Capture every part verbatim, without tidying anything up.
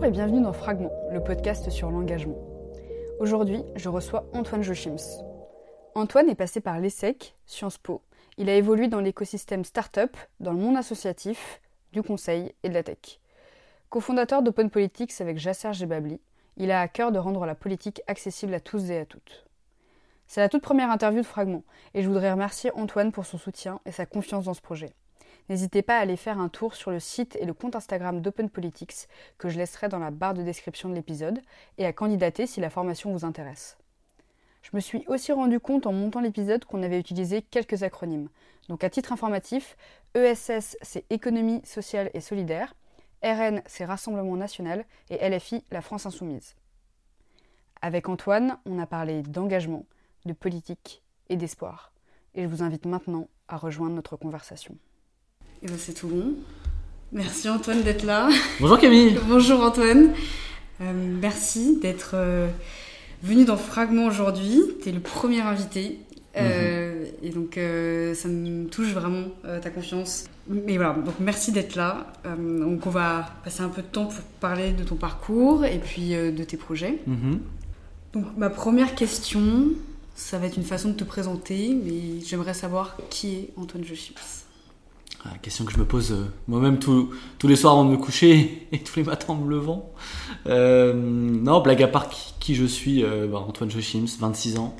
et bienvenue dans Fragment, le podcast sur l'engagement. Aujourd'hui, je reçois Antoine Jochims. Antoine est passé par l'ESSEC, Sciences Po. Il a évolué dans l'écosystème start-up, dans le monde associatif, du conseil et de la tech. Cofondateur d'Open Politics avec Jasser Gebabli, il a à cœur de rendre la politique accessible à tous et à toutes. C'est la toute première interview de Fragment et je voudrais remercier Antoine pour son soutien et sa confiance dans ce projet. N'hésitez pas à aller faire un tour sur le site et le compte Instagram d'Open Politics que je laisserai dans la barre de description de l'épisode et à candidater si la formation vous intéresse. Je me suis aussi rendu compte en montant l'épisode qu'on avait utilisé quelques acronymes. Donc à titre informatif, E S S c'est Économie sociale et solidaire, R N c'est Rassemblement national et L F I la France insoumise. Avec Antoine, on a parlé d'engagement, de politique et d'espoir. Et je vous invite maintenant à rejoindre notre conversation. Et ben c'est tout bon. Merci Antoine d'être là. Bonjour Camille. Bonjour Antoine. Euh, merci d'être euh, venu dans Fragment aujourd'hui. Tu es le premier invité. Euh, mm-hmm. Et donc euh, ça me touche vraiment euh, ta confiance. Mais voilà, donc merci d'être là. Euh, donc on va passer un peu de temps pour parler de ton parcours et puis euh, de tes projets. Mm-hmm. Donc ma première question, ça va être une façon de te présenter, mais j'aimerais savoir qui est Antoine Jochims. La question que je me pose euh, moi-même tous, tous les soirs avant de me coucher et tous les matins en me levant. Euh, non, blague à part, qui, qui je suis, euh, bah, Antoine Jochims, vingt-six ans.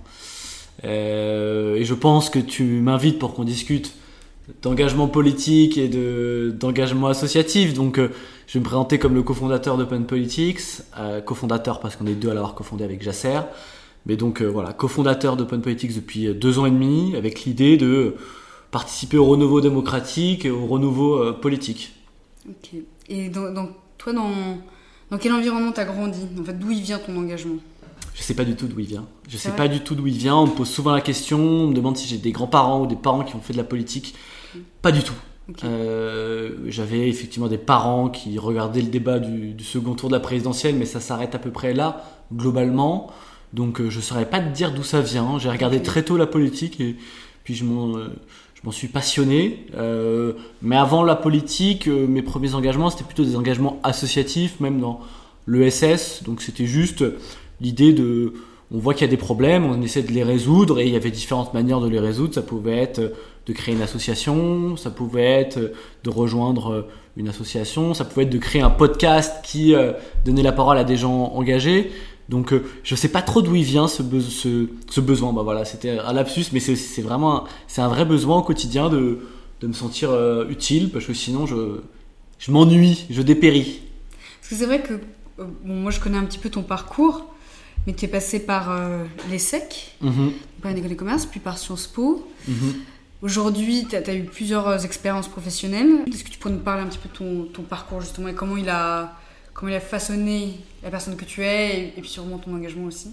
Euh, et je pense que tu m'invites pour qu'on discute d'engagement politique et de, d'engagement associatif. Donc, euh, je vais me présenter comme le cofondateur d'Open Politics. Euh, cofondateur parce qu'on est deux à l'avoir cofondé avec Jasser. Mais donc, euh, voilà, cofondateur d'Open Politics depuis deux ans et demi, avec l'idée de participer au renouveau démocratique et au renouveau euh, politique. Ok. Et donc, donc toi, dans, dans quel environnement t'as grandi ? En fait, d'où il vient ton engagement ? Je sais pas du tout d'où il vient. Je C'est sais vrai pas du tout d'où il vient. On me pose souvent la question, on me demande si j'ai des grands-parents ou des parents qui ont fait de la politique. Okay. Pas du tout. Okay. Euh, j'avais effectivement des parents qui regardaient le débat du, du second tour de la présidentielle, mais ça s'arrête à peu près là, globalement. Donc euh, je saurais pas te dire d'où ça vient. J'ai regardé okay. très tôt la politique et puis je m'en... Euh, Je m'en suis passionné, euh, mais avant la politique, euh, mes premiers engagements, c'était plutôt des engagements associatifs, même dans l'E S S. Donc c'était juste l'idée de, on voit qu'il y a des problèmes, on essaie de les résoudre, et il y avait différentes manières de les résoudre. Ça pouvait être de créer une association, ça pouvait être de rejoindre une association, ça pouvait être de créer un podcast qui euh, donnait la parole à des gens engagés. Donc euh, je sais pas trop d'où il vient ce, be- ce, ce besoin. Bah voilà, c'était un lapsus, mais c'est, c'est vraiment un, c'est un vrai besoin au quotidien de, de me sentir euh, utile, parce que sinon je, je m'ennuie, je dépéris. Parce que c'est vrai que euh, bon, moi je connais un petit peu ton parcours, mais tu es passé par euh, l'ESSEC, mm-hmm. par une école de commerce, puis par Sciences Po. Mm-hmm. Aujourd'hui, tu as eu plusieurs expériences professionnelles. Est-ce que tu pourrais nous parler un petit peu de ton, ton parcours justement et comment il a Comment il a façonné la personne que tu es et, et puis sûrement ton engagement aussi.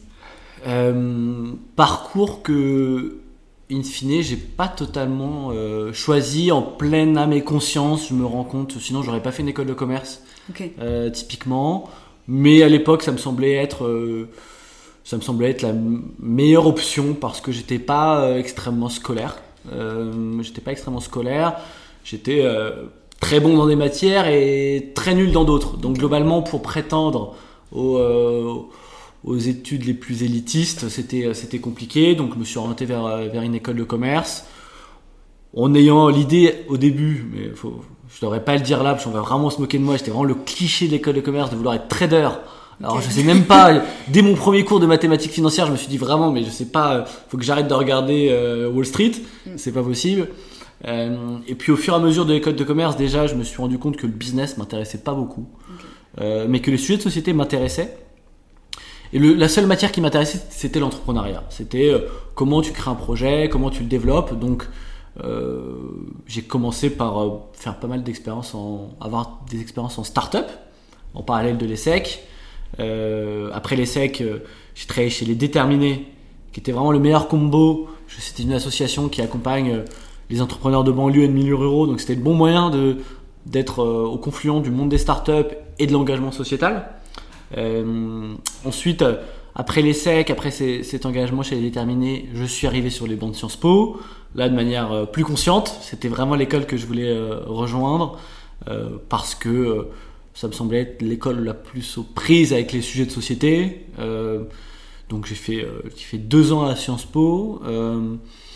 Euh, parcours que, in fine, j'ai pas totalement euh, choisi en pleine âme et conscience. Je me rends compte, sinon j'aurais pas fait une école de commerce, okay. euh, typiquement. Mais à l'époque, ça me semblait être, euh, ça me semblait être la meilleure option parce que j'étais pas euh, extrêmement scolaire. Euh, j'étais pas extrêmement scolaire. J'étais euh, très bon dans des matières et très nul dans d'autres. Donc globalement, pour prétendre aux, euh, aux études les plus élitistes, c'était, c'était compliqué. Donc je me suis orienté vers, vers une école de commerce, en ayant l'idée au début, mais faut, je ne devrais pas le dire là, parce qu'on va vraiment se moquer de moi, j'étais vraiment le cliché de l'école de commerce, de vouloir être trader. Alors okay. je sais même pas, dès mon premier cours de mathématiques financières, je me suis dit vraiment, mais je sais pas, faut que j'arrête de regarder euh, Wall Street, mm. c'est pas possible. Euh, et puis au fur et à mesure de l'école de commerce, déjà je me suis rendu compte que le business m'intéressait pas beaucoup, okay. euh, mais que les sujets de société m'intéressaient. Et le, la seule matière qui m'intéressait, c'était l'entrepreneuriat. C'était euh, comment tu crées un projet, comment tu le développes. Donc euh, j'ai commencé par euh, faire pas mal d'expériences, en, avoir des expériences en start-up en parallèle de l'ESSEC. Euh, après l'ESSEC, euh, j'ai travaillé chez Les Déterminés, qui était vraiment le meilleur combo. C'était une association qui accompagne euh, les entrepreneurs de banlieue et de milieux ruraux, donc c'était le bon moyen de, d'être euh, au confluent du monde des startups et de l'engagement sociétal. Euh, ensuite, euh, après l'ESSEC, après ces, cet engagement chez Les Déterminés, je suis arrivé sur les bancs de Sciences Po, là de manière euh, plus consciente. C'était vraiment l'école que je voulais euh, rejoindre euh, parce que euh, Ça me semblait être l'école la plus aux prises avec les sujets de société. Euh, donc j'ai fait, euh, j'ai fait deux ans à Sciences Po, euh,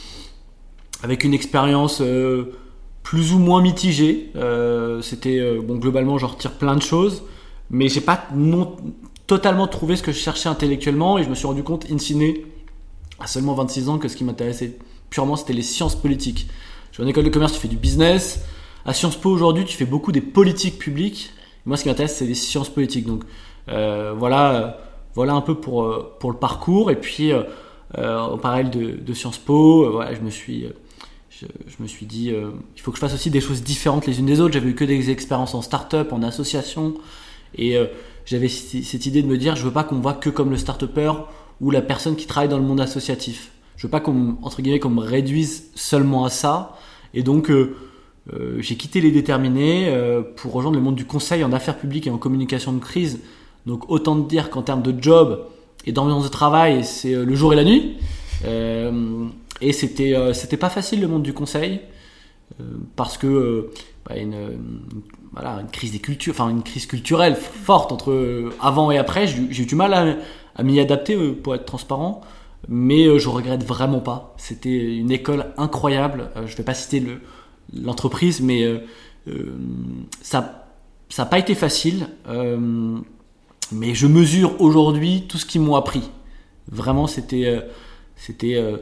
avec une expérience euh, plus ou moins mitigée. Euh, c'était euh, bon, globalement, j'en retire plein de choses, mais j'ai pas non totalement trouvé ce que je cherchais intellectuellement, et je me suis rendu compte, in fine, à seulement vingt-six ans, que ce qui m'intéressait purement, c'était les sciences politiques. Je suis en école de commerce, tu fais du business. À Sciences Po aujourd'hui, tu fais beaucoup des politiques publiques. Moi, ce qui m'intéresse, c'est les sciences politiques. Donc euh, voilà, euh, voilà un peu pour euh, pour le parcours. Et puis euh, euh, en parallèle de, de Sciences Po, euh, voilà, je me suis euh, je, je me suis dit, euh, il faut que je fasse aussi des choses différentes les unes des autres. J'avais eu que des expériences en start-up, en association, et euh, j'avais c- cette idée de me dire, je veux pas qu'on me voit que comme le start-upper ou la personne qui travaille dans le monde associatif. Je veux pas qu'on entre guillemets qu'on me réduise seulement à ça. Et donc euh, Euh, j'ai quitté les déterminés euh, pour rejoindre le monde du conseil en affaires publiques et en communication de crise. Donc autant te dire qu'en termes de job et d'ambiance de travail, c'est euh, le jour et la nuit. Euh, et c'était euh, c'était pas facile le monde du conseil euh, parce que euh, bah, une, une voilà une crise des cultures, enfin une crise culturelle forte entre euh, avant et après. J'ai, j'ai eu du mal à, à m'y adapter euh, pour être transparent, mais euh, je regrette vraiment pas. C'était une école incroyable. Euh, je vais pas citer le l'entreprise, mais euh, euh, ça ça n'a pas été facile, euh, mais je mesure aujourd'hui tout ce qu'ils m'ont appris. Vraiment, c'était euh, c'était euh,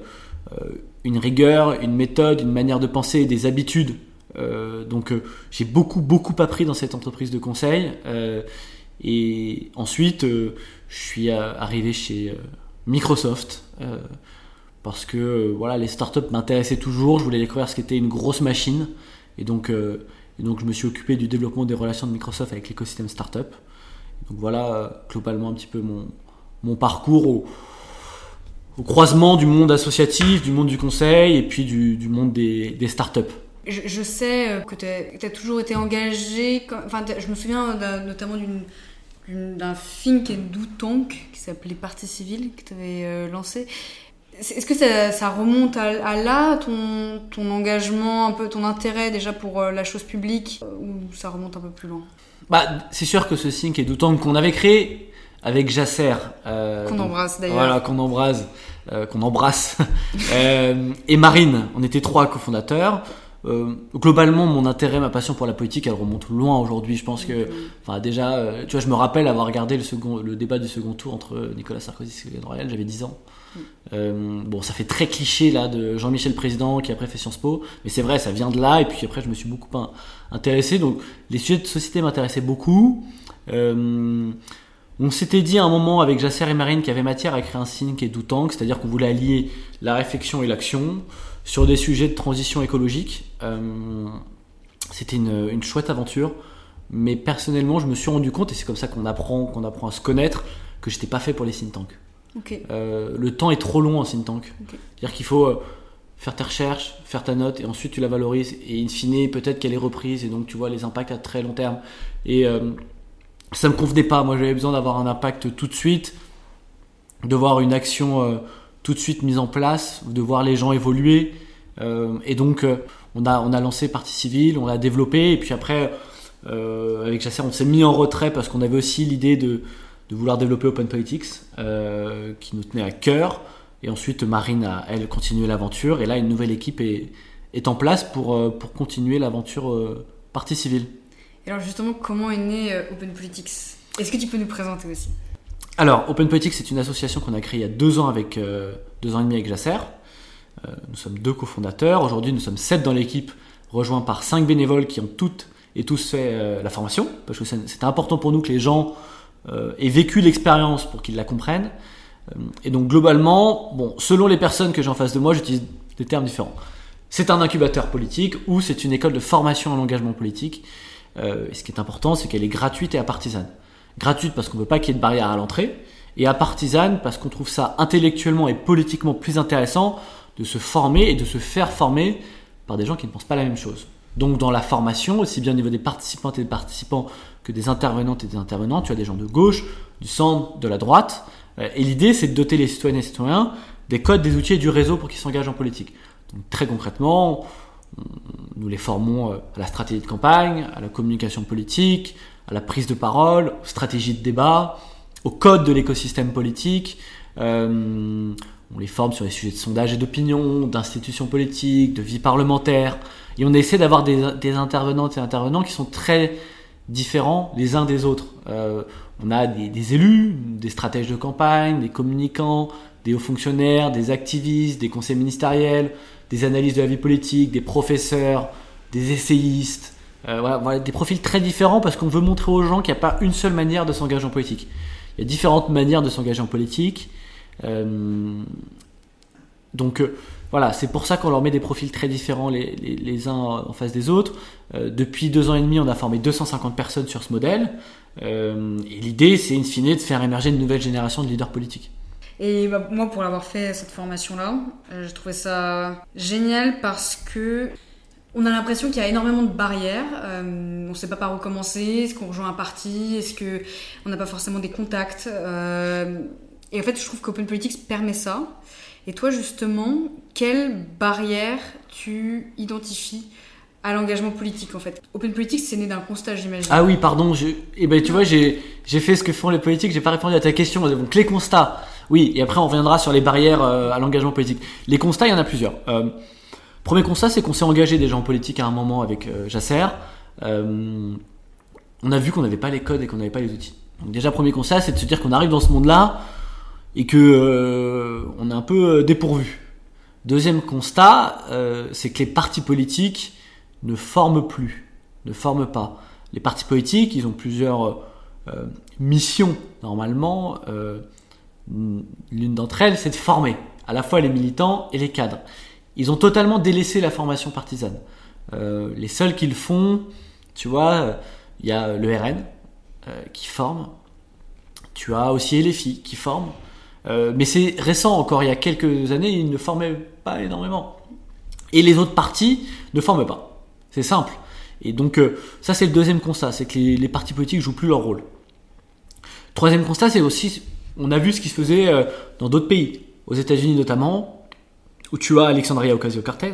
une rigueur, une méthode, une manière de penser, des habitudes. Euh, donc euh, j'ai beaucoup beaucoup appris dans cette entreprise de conseil, euh, et ensuite euh, je suis arrivé chez euh, Microsoft. Euh, parce que euh, voilà, les startups m'intéressaient toujours, je voulais découvrir ce qu'était une grosse machine, et donc, euh, et donc je me suis occupé du développement des relations de Microsoft avec l'écosystème startup. Donc voilà euh, globalement un petit peu mon, mon parcours au, au croisement du monde associatif, du monde du conseil et puis du, du monde des, des startups. Je, je sais que tu as toujours été engagé, quand, enfin, je me souviens d'un, notamment d'une, d'une, d'un think and do tank qui s'appelait Partie Civile, que tu avais euh, lancé. Est-ce que ça, ça remonte à, à là, ton, ton engagement, un peu ton intérêt déjà pour la chose publique, ou ça remonte un peu plus loin ? Bah, c'est sûr que ce Think et Do Tank qu'on avait créé avec Jasser, euh, qu'on embrasse d'ailleurs, voilà, qu'on embrasse, euh, qu'on embrasse, euh, et Marine, on était trois cofondateurs. Euh, globalement, mon intérêt, ma passion pour la politique, elle remonte loin aujourd'hui. Je pense que, enfin, déjà, euh, tu vois, je me rappelle avoir regardé le second, le débat du second tour entre Nicolas Sarkozy et Ségolène Royal. J'avais dix ans. Euh, bon, ça fait très cliché là de Jean-Michel Président qui après fait Sciences Po, mais c'est vrai, ça vient de là. Et puis après, je me suis beaucoup intéressé. Donc, les sujets de société m'intéressaient beaucoup. Euh, on s'était dit à un moment avec Jasser et Marine qu'il y avait matière à créer un think et do tank, c'est-à-dire qu'on voulait allier la réflexion et l'action sur des sujets de transition écologique. Euh, c'était une, une chouette aventure, mais personnellement, je me suis rendu compte, et c'est comme ça qu'on apprend, qu'on apprend à se connaître, que j'étais pas fait pour les think tanks. Okay. Euh, le temps est trop long en think tank. Okay. C'est-à-dire qu'il faut euh, faire tes recherches, faire ta note, et ensuite tu la valorises, et in fine, peut-être qu'elle est reprise, et donc tu vois les impacts à très long terme. Et euh, ça me convenait pas. Moi, j'avais besoin d'avoir un impact tout de suite, de voir une action euh, tout de suite mise en place, de voir les gens évoluer. Euh, et donc, euh, on a on a lancé Partie Civile, on l'a développé, et puis après, euh, avec Jasser, on s'est mis en retrait parce qu'on avait aussi l'idée de de vouloir développer Open Politics, euh, qui nous tenait à cœur. Et ensuite, Marine a, elle, continué l'aventure. Et là, une nouvelle équipe est, est en place pour, euh, pour continuer l'aventure euh, Partie Civile. Et alors justement, comment est né euh, Open Politics ? Est-ce que tu peux nous présenter aussi ? Alors, Open Politics, c'est une association qu'on a créée il y a deux ans, avec, euh, deux ans et demi avec Jasser. Euh, nous sommes deux cofondateurs. Aujourd'hui, nous sommes sept dans l'équipe, rejoints par cinq bénévoles qui ont toutes et tous fait euh, la formation. Parce que c'était important pour nous que les gens Euh, et vécu l'expérience pour qu'ils la comprennent. Euh, et donc globalement, bon, selon les personnes que j'ai en face de moi, j'utilise des termes différents. C'est un incubateur politique ou c'est une école de formation à l'engagement politique. Euh, et ce qui est important, c'est qu'elle est gratuite et apartisane. Gratuite parce qu'on ne veut pas qu'il y ait de barrière à l'entrée, et apartisane parce qu'on trouve ça intellectuellement et politiquement plus intéressant de se former et de se faire former par des gens qui ne pensent pas la même chose. Donc dans la formation, aussi bien au niveau des participantes et des participants que des intervenantes et des intervenants, tu as des gens de gauche, du centre, de la droite. Et l'idée, c'est de doter les citoyennes et les citoyens des codes, des outils et du réseau pour qu'ils s'engagent en politique. Donc très concrètement, nous les formons à la stratégie de campagne, à la communication politique, à la prise de parole, aux stratégies de débat, au code de l'écosystème politique. Euh, on les forme sur les sujets de sondage et d'opinion, d'institutions politiques, de vie parlementaire. Et on essaie d'avoir des, des intervenantes et intervenants qui sont très différents les uns des autres. Euh, on a des, des élus, des stratèges de campagne, des communicants, des hauts fonctionnaires, des activistes, des conseils ministériels, des analystes de la vie politique, des professeurs, des essayistes. Euh, voilà, voilà, des profils très différents parce qu'on veut montrer aux gens qu'il n'y a pas une seule manière de s'engager en politique. Il y a différentes manières de s'engager en politique. Euh, donc euh, voilà, c'est pour ça qu'on leur met des profils très différents les, les, les uns en face des autres. Euh, depuis deux ans et demi, on a formé deux cent cinquante personnes sur ce modèle. Euh, et l'idée, c'est in fine de faire émerger une nouvelle génération de leaders politiques. Et bah, moi, pour l'avoir fait cette formation-là, euh, j'ai trouvé ça génial parce que on a l'impression qu'il y a énormément de barrières. Euh, on ne sait pas par où commencer. Est-ce qu'on rejoint un parti? Est-ce qu'on n'a pas forcément des contacts? euh, Et en fait, je trouve qu'Open Politics permet ça. Et toi, justement, quelles barrières tu identifies à l'engagement politique, en fait? Open Politics, c'est né d'un constat, j'imagine. Ah oui, pardon. Je... Eh ben, tu vois, j'ai, j'ai fait ce que font les politiques. J'ai pas répondu à ta question. Donc, les constats. Oui, et après, on reviendra sur les barrières euh, à l'engagement politique. Les constats, il y en a plusieurs. Euh, Premier constat, c'est qu'on s'est engagé déjà en politique à un moment avec euh, Jasser. Euh, on a vu qu'on n'avait pas les codes et qu'on n'avait pas les outils. Donc déjà, premier constat, c'est de se dire qu'on arrive dans ce monde-là et que euh, on est un peu dépourvu. Deuxième constat, euh, c'est que les partis politiques ne forment plus, ne forment pas. Les partis politiques, ils ont plusieurs euh, missions normalement. Euh, l'une d'entre elles, c'est de former à la fois les militants et les cadres. Ils ont totalement délaissé la formation partisane. Euh, les seuls qui le font, tu vois, il y a le R N euh, qui forme. Tu as aussi L F I qui forme. Euh, mais c'est récent encore, il y a quelques années, ils ne formaient pas énormément. Et les autres partis ne forment pas. C'est simple. Et donc, euh, ça c'est le deuxième constat, c'est que les, les partis politiques jouent plus leur rôle. Troisième constat, c'est aussi, on a vu ce qui se faisait euh, dans d'autres pays, aux États-Unis notamment, où tu as Alexandria Ocasio-Cortez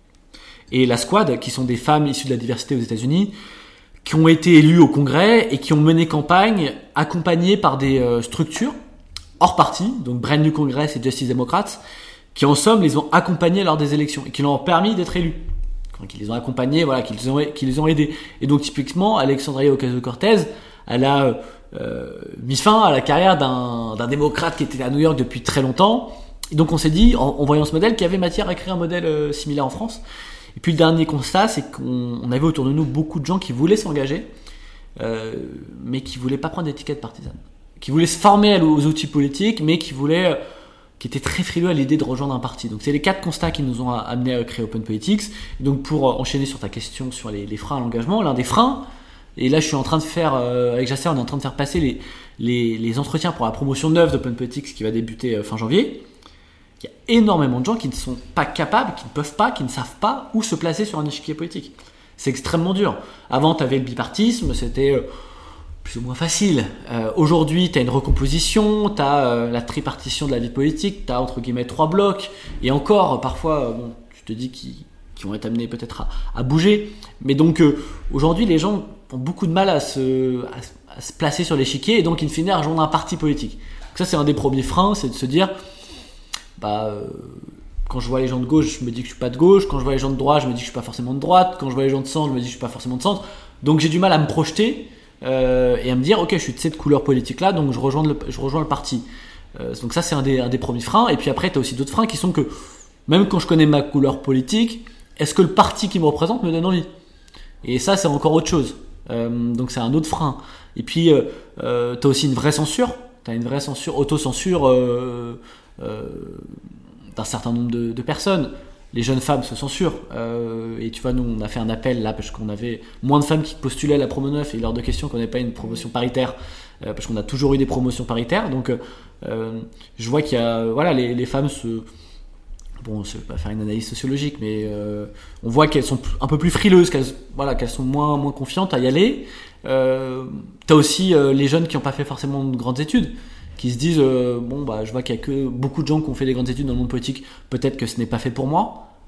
et la Squad, qui sont des femmes issues de la diversité aux États-Unis, qui ont été élues au Congrès et qui ont mené campagne accompagnées par des euh, structures hors parti, donc Brand New Congress et Justice Democrats, qui en somme les ont accompagnés lors des élections et qui leur ont permis d'être élus. Qui les ont accompagnés, voilà, qui les ont, qui les ont aidés. Et donc typiquement, Alexandria Ocasio-Cortez, elle a euh, mis fin à la carrière d'un, d'un démocrate qui était à New York depuis très longtemps. Et donc on s'est dit, en, en voyant ce modèle, qu'il y avait matière à créer un modèle euh, similaire en France. Et puis le dernier constat, c'est qu'on on avait autour de nous beaucoup de gens qui voulaient s'engager, euh, mais qui voulaient pas prendre d'étiquette partisane, qui voulaient se former aux outils politiques, mais qui voulaient, euh, qui étaient très frileux à l'idée de rejoindre un parti. Donc c'est les quatre constats qui nous ont amenés à créer Open Politics. Et donc pour euh, enchaîner sur ta question sur les, les freins à l'engagement, l'un des freins, et là je suis en train de faire, euh, avec Jasser, on est en train de faire passer les, les, les entretiens pour la promotion neuve d'Open Politics qui va débuter euh, fin janvier. Il y a énormément de gens qui ne sont pas capables, qui ne peuvent pas, qui ne savent pas où se placer sur un échiquier politique. C'est extrêmement dur. Avant, tu avais le bipartisme, c'était euh, plus ou moins facile. Euh, aujourd'hui, tu as une recomposition, tu as euh, la tripartition de la vie politique, tu as entre guillemets trois blocs, et encore, parfois, euh, bon, tu te dis qu'ils, qu'ils vont être amenés peut-être à, à bouger. Mais donc, euh, aujourd'hui, les gens ont beaucoup de mal à se, à, à se placer sur l'échiquier, et donc, in fine, à rejoindre un parti politique. Donc ça, c'est un des premiers freins, c'est de se dire... Bah, euh, quand je vois les gens de gauche, je me dis que je suis pas de gauche. Quand je vois les gens de droite, je me dis que je suis pas forcément de droite. Quand je vois les gens de centre, je me dis que je suis pas forcément de centre. Donc j'ai du mal à me projeter euh, et à me dire, ok, je suis de cette couleur politique-là, donc je rejoins le, je rejoins le parti. Euh, donc ça, c'est un des, un des premiers freins. Et puis après, tu as aussi d'autres freins qui sont que même quand je connais ma couleur politique, est-ce que le parti qui me représente me donne envie? Et ça, c'est encore autre chose. Euh, donc c'est un autre frein. Et puis, euh, euh, tu as aussi une vraie censure. Tu as une vraie censure, autocensure. Euh, Euh, d'un certain nombre de, de personnes. Les jeunes femmes se censurent euh, et tu vois, nous on a fait un appel là parce qu'on avait moins de femmes qui postulaient à la promo neuf et lors de questions qu'on n'avait pas une promotion paritaire euh, parce qu'on a toujours eu des promotions paritaires. Donc euh, je vois qu'il y a, voilà, les, les femmes se, bon, je vais pas faire une analyse sociologique, mais euh, on voit qu'elles sont un peu plus frileuses, qu'elles, voilà, qu'elles sont moins moins confiantes à y aller. Euh, t'as aussi euh, les jeunes qui n'ont pas fait forcément de grandes études, qui se disent euh, bon bah je vois qu'il y a que beaucoup de gens qui ont fait des grandes études dans le monde politique, peut-être que ce n'est pas fait pour moi.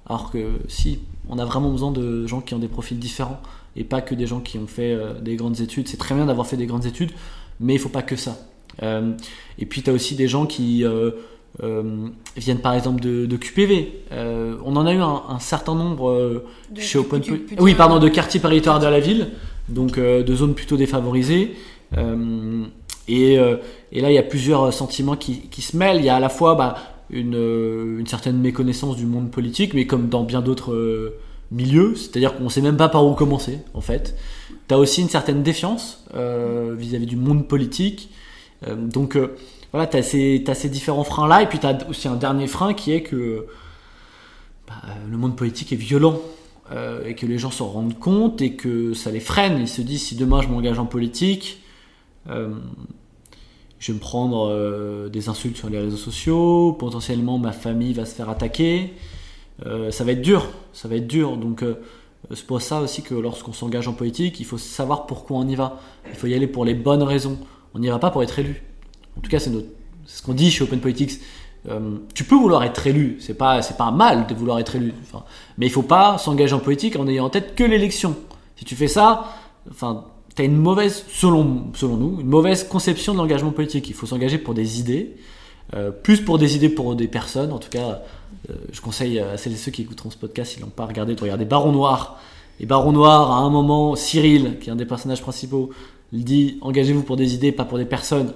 Alors que si, on a vraiment besoin de gens qui ont des profils différents et pas que des gens qui ont fait euh, des grandes études. C'est très bien d'avoir fait des grandes études, mais il faut pas que ça. Euh, et puis tu as aussi des gens qui euh, euh, viennent par exemple de, de Q P V. Euh, on en a eu un, un certain nombre euh, chez Open Politics. Oui, pardon, de quartiers périphéraires de la ville, donc euh, de zones plutôt défavorisées. Euh, et, euh, et là, il y a plusieurs sentiments qui, qui se mêlent. Il y a à la fois bah, une, euh, une certaine méconnaissance du monde politique, mais comme dans bien d'autres euh, milieux, c'est-à-dire qu'on ne sait même pas par où commencer, en fait. Tu as aussi une certaine défiance euh, vis-à-vis du monde politique. Euh, donc, euh, voilà, tu as ces, t'as ces différents freins-là. Et puis, tu as aussi un dernier frein qui est que bah, le monde politique est violent. Euh, et que les gens s'en rendent compte et que ça les freine. Ils se disent, si demain je m'engage en politique, euh, je vais me prendre euh, des insultes sur les réseaux sociaux, potentiellement ma famille va se faire attaquer, euh, ça va être dur, ça va être dur. Donc euh, c'est pour ça aussi que lorsqu'on s'engage en politique, il faut savoir pourquoi on y va. Il faut y aller pour les bonnes raisons. On n'y va pas pour être élu. En tout cas, c'est, notre, c'est ce qu'on dit chez Open Politics. Euh, tu peux vouloir être élu, c'est pas, c'est pas un mal de vouloir être élu, enfin, mais il faut pas s'engager en politique en ayant en tête que l'élection. Si tu fais ça, enfin, t'as une mauvaise, selon, selon nous, une mauvaise conception de l'engagement politique. Il faut s'engager pour des idées, euh, plus pour des idées pour des personnes. En tout cas, euh, je conseille à celles et ceux qui écouteront ce podcast, s'ils l'ont pas regardé, de regarder Baron Noir. Et Baron Noir, à un moment, Cyril, qui est un des personnages principaux, il dit, engagez-vous pour des idées, pas pour des personnes.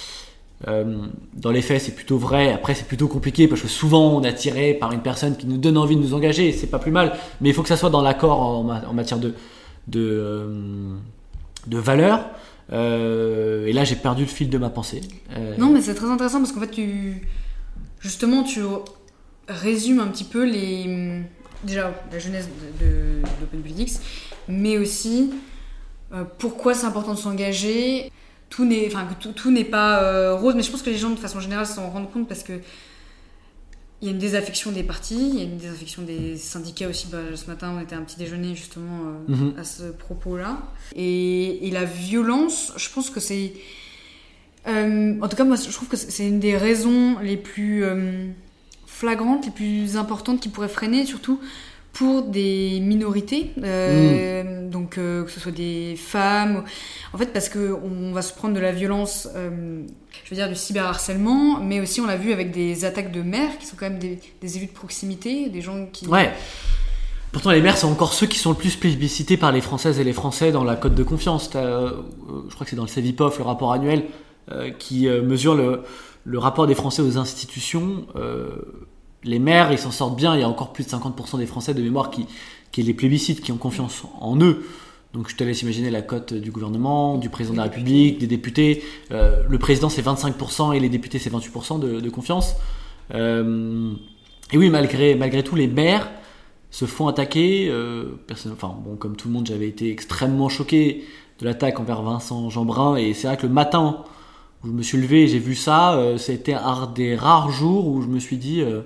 Euh, dans les faits, c'est plutôt vrai. Après, c'est plutôt compliqué parce que souvent, on est attiré par une personne qui nous donne envie de nous engager. C'est pas plus mal, mais il faut que ça soit dans l'accord en, ma- en matière de de, euh, de valeurs. Euh, et là, j'ai perdu le fil de ma pensée. Euh... Non, mais c'est très intéressant parce qu'en fait, tu justement, tu résumes un petit peu les déjà la jeunesse de, de, d'Open Politics, mais aussi euh, pourquoi c'est important de s'engager. Tout n'est, enfin, que tout, tout n'est pas euh, rose, mais je pense que les gens de façon générale s'en rendent compte parce que il y a une désaffection des partis, il y a une désaffection des syndicats aussi. Bah, ce matin, on était à un petit déjeuner justement euh, mm-hmm. à ce propos-là. Et, et la violence, je pense que c'est, euh, en tout cas moi, je trouve que c'est une des raisons les plus euh, flagrantes, les plus importantes qui pourraient freiner, surtout pour des minorités, euh, mmh. donc euh, que ce soit des femmes, en fait parce que on va se prendre de la violence, euh, je veux dire du cyberharcèlement, mais aussi on l'a vu avec des attaques de maires qui sont quand même des, des élus de proximité, des gens qui... Ouais. Pourtant les maires sont encore ceux qui sont le plus plébiscités par les Françaises et les Français dans la cote de confiance. T'as, euh, je crois que c'est dans le Cevipof, le rapport annuel euh, qui euh, mesure le, le rapport des Français aux institutions. Euh, Les maires, ils s'en sortent bien. Il y a encore plus de cinquante pour cent des Français de mémoire qui, qui les plébiscitent, qui ont confiance en eux. Donc je te laisse imaginer la cote du gouvernement, du président de la République, des députés. Euh, le président, c'est vingt-cinq pour cent et les députés, c'est vingt-huit pour cent de, de confiance. Euh, et oui, malgré, malgré tout, les maires se font attaquer. Euh, personne, enfin, bon, comme tout le monde, j'avais été extrêmement choqué de l'attaque envers Vincent Jeanbrun. Et c'est vrai que le matin où je me suis levé et j'ai vu ça, euh, c'était un des rares jours où je me suis dit... Euh,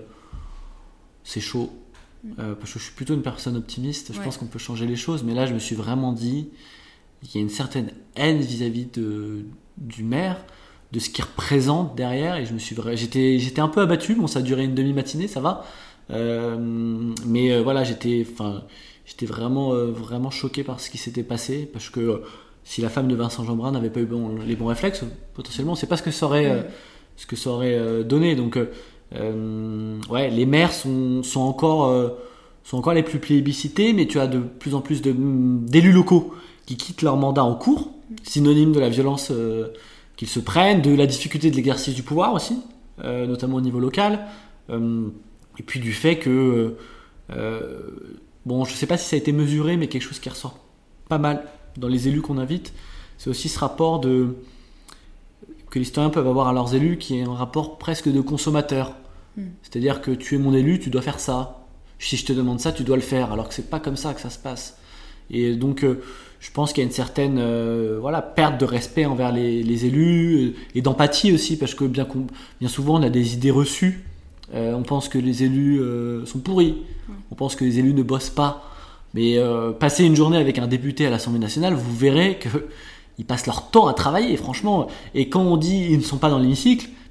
c'est chaud, euh, parce que je suis plutôt une personne optimiste, je ouais. pense qu'on peut changer les choses, mais là je me suis vraiment dit, il y a une certaine haine vis-à-vis de, du maire, de ce qu'il représente derrière, et je me suis j'étais, j'étais un peu abattu, bon ça a duré une demi-matinée, ça va, euh, mais euh, voilà, j'étais, enfin, j'étais vraiment, euh, vraiment choqué par ce qui s'était passé, parce que euh, si la femme de Vincent Jeanbrun n'avait pas eu bon, les bons réflexes, potentiellement, on ne sait pas ce que ça aurait, euh, ce que ça aurait euh, donné, donc... Euh, Euh, ouais, les maires sont, sont, encore, euh, sont encore les plus plébiscités, mais tu as de plus en plus de, d'élus locaux qui quittent leur mandat en cours, synonyme de la violence euh, qu'ils se prennent, de la difficulté de l'exercice du pouvoir aussi, euh, notamment au niveau local, euh, et puis du fait que, euh, bon, je sais pas si ça a été mesuré, mais quelque chose qui ressort pas mal dans les élus qu'on invite, c'est aussi ce rapport de... que les citoyens peuvent avoir à leurs élus, qui est un rapport presque de consommateur. Mmh. C'est-à-dire que tu es mon élu, tu dois faire ça. Si je te demande ça, tu dois le faire, alors que c'est pas comme ça que ça se passe. Et donc, euh, je pense qu'il y a une certaine euh, voilà, perte de respect envers les, les élus, et d'empathie aussi, parce que bien, bien souvent, on a des idées reçues. Euh, on pense que les élus euh, sont pourris. Mmh. On pense que les élus ne bossent pas. Mais euh, passer une journée avec un député à l'Assemblée nationale, vous verrez que... ils passent leur temps à travailler, franchement. Et quand on dit ils ne sont pas dans l'hémicycle,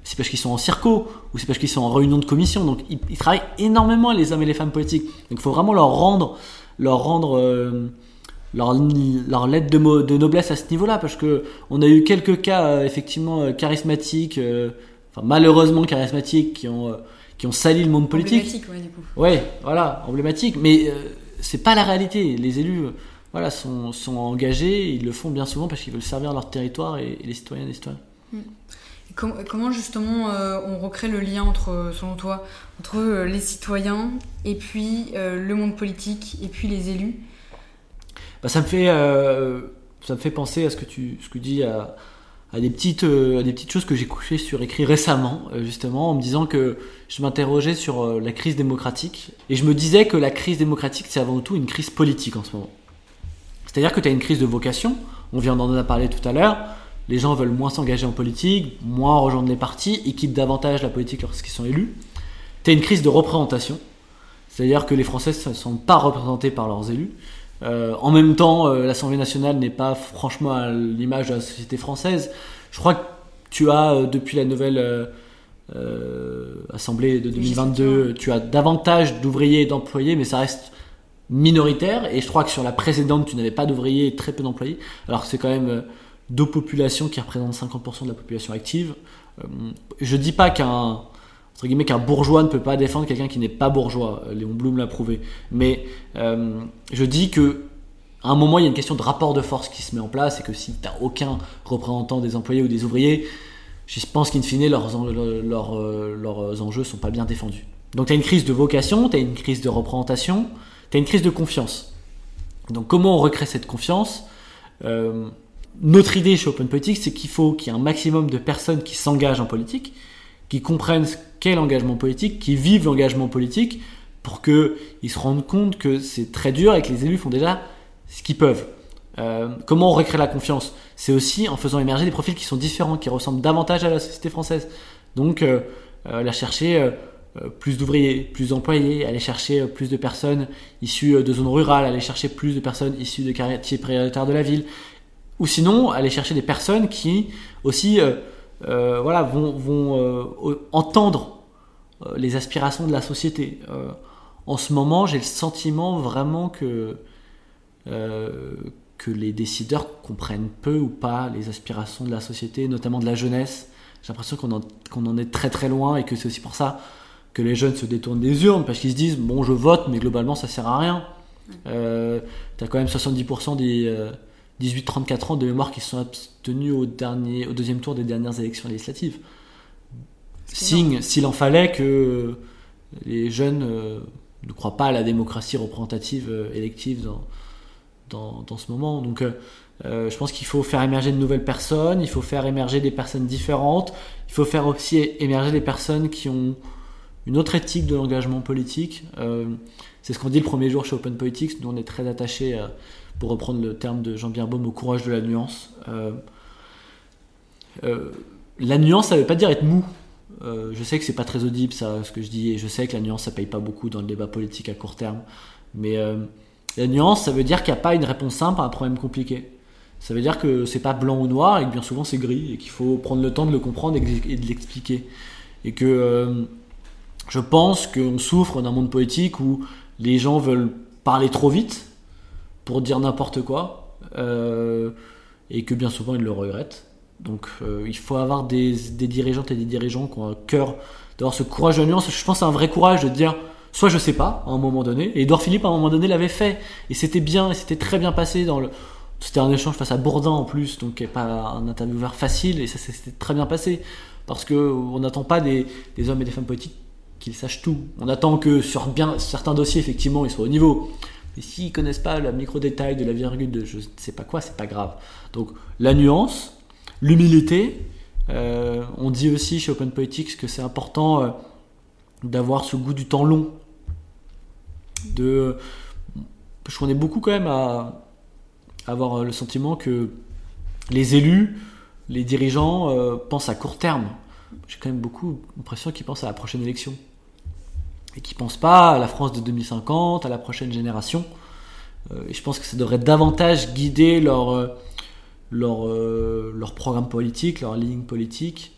c'est parce qu'ils sont en circo ou c'est parce qu'ils sont en réunion de commission. Donc ils, ils travaillent énormément, les hommes et les femmes politiques. Donc il faut vraiment leur rendre, leur rendre euh, leur, leur lettre de, mo- de noblesse à ce niveau-là, parce que on a eu quelques cas euh, effectivement euh, charismatiques, euh, enfin malheureusement charismatiques, qui ont euh, qui ont sali le monde politique. Emblématique, ouais, du coup. Ouais, voilà, emblématique. Mais euh, c'est pas la réalité. Les élus, euh, voilà, sont sont engagés. Ils le font bien souvent parce qu'ils veulent servir leur territoire et, et les citoyennes et les citoyens. Mmh. Com- comment justement euh, on recrée le lien entre, selon toi, entre euh, les citoyens et puis euh, le monde politique et puis les élus? Bah, ça me fait euh, ça me fait penser à ce que tu ce que tu dis à, à des petites euh, à des petites choses que j'ai couché sur écrit récemment, euh, justement en me disant que je m'interrogeais sur euh, la crise démocratique et je me disais que la crise démocratique c'est avant tout une crise politique en ce moment. C'est-à-dire que tu as une crise de vocation, on vient d'en parler tout à l'heure. Les gens veulent moins s'engager en politique, moins rejoindre les partis et quittent davantage la politique lorsqu'ils sont élus. Tu as une crise de représentation, c'est-à-dire que les Français ne sont pas représentés par leurs élus. Euh, en même temps, euh, l'Assemblée nationale n'est pas franchement à l'image de la société française. Je crois que tu as, euh, depuis la nouvelle euh, euh, Assemblée de deux mille vingt-deux, tu as davantage d'ouvriers et d'employés, mais ça reste minoritaire. Et je crois que sur la précédente, tu n'avais pas d'ouvriers et très peu d'employés. Alors que c'est quand même... Euh, deux populations qui représentent cinquante pour cent de la population active. Euh, je dis pas qu'un, entre guillemets, qu'un bourgeois ne peut pas défendre quelqu'un qui n'est pas bourgeois. Léon Blum l'a prouvé. Mais euh, je dis que à un moment, il y a une question de rapport de force qui se met en place et que si tu n'as aucun représentant des employés ou des ouvriers, je pense qu'in fine, leurs, leurs, leurs, leurs enjeux ne sont pas bien défendus. Donc tu as une crise de vocation, tu as une crise de représentation, tu as une crise de confiance. Donc comment on recrée cette confiance ? euh, Notre idée chez Open Politics, c'est qu'il faut qu'il y ait un maximum de personnes qui s'engagent en politique, qui comprennent ce qu'est l'engagement politique, qui vivent l'engagement politique, pour qu'ils se rendent compte que c'est très dur et que les élus font déjà ce qu'ils peuvent. Euh, comment on recrée la confiance ? C'est aussi en faisant émerger des profils qui sont différents, qui ressemblent davantage à la société française. Donc, euh, euh, aller chercher euh, plus d'ouvriers, plus d'employés, aller chercher euh, plus de personnes issues de zones rurales, aller chercher plus de personnes issues de quartiers prioritaires de la ville. Ou sinon, aller chercher des personnes qui aussi euh, euh, voilà, vont, vont euh, entendre euh, les aspirations de la société. Euh, en ce moment, j'ai le sentiment vraiment que, euh, que les décideurs comprennent peu ou pas les aspirations de la société, notamment de la jeunesse. J'ai l'impression qu'on en, qu'on en est très très loin et que c'est aussi pour ça que les jeunes se détournent des urnes, parce qu'ils se disent « bon, je vote, mais globalement, ça sert à rien euh, ». Tu as quand même soixante-dix pour cent des... Euh, dix-huit à trente-quatre ans de mémoire qui se sont abstenus au, dernier, au deuxième tour des dernières élections législatives. Signe, s'il en fallait, que les jeunes euh, ne croient pas à la démocratie représentative euh, élective dans, dans, dans ce moment. Donc euh, je pense qu'il faut faire émerger de nouvelles personnes, il faut faire émerger des personnes différentes, il faut faire aussi émerger des personnes qui ont une autre éthique de l'engagement politique. Euh, c'est ce qu'on dit le premier jour chez Open Politics. Nous, on est très attachés à, pour reprendre le terme de Jean Bierbaum, au courage de la nuance. Euh, euh, la nuance, ça ne veut pas dire être mou. Euh, je sais que c'est pas très audible, ça, ce que je dis, et je sais que la nuance, ça paye pas beaucoup dans le débat politique à court terme. Mais euh, la nuance, ça veut dire qu'il n'y a pas une réponse simple à un problème compliqué. Ça veut dire que c'est pas blanc ou noir, et que bien souvent c'est gris, et qu'il faut prendre le temps de le comprendre et de l'expliquer. Et que euh, je pense qu'on souffre d'un monde politique où les gens veulent parler trop vite pour dire n'importe quoi, euh, et que bien souvent ils le regrettent. Donc euh, il faut avoir des, des dirigeantes et des dirigeants qui ont un cœur, d'avoir ce courage de la nuance. Je pense que c'est un vrai courage de dire soit je sais pas à un moment donné, et Édouard Philippe à un moment donné l'avait fait, et c'était bien, et c'était très bien passé dans le... C'était un échange face à Bourdin en plus, donc pas un intervieweur facile, et ça s'était très bien passé, parce qu'on n'attend pas des, des hommes et des femmes politiques qu'ils sachent tout. On attend que sur bien, certains dossiers, effectivement, ils soient au niveau. Et s'ils connaissent pas le micro-détail de la virgule de je ne sais pas quoi, c'est pas grave. Donc la nuance, l'humilité. Euh, on dit aussi chez Open Politics que c'est important euh, d'avoir ce goût du temps long. De, je connais beaucoup quand même à, à avoir le sentiment que les élus, les dirigeants euh, pensent à court terme. J'ai quand même beaucoup l'impression qu'ils pensent à la prochaine élection. Et qui ne pensent pas à la France de deux mille cinquante, à la prochaine génération. Euh, et je pense que ça devrait davantage guider leur, leur, euh, leur programme politique, leur ligne politique.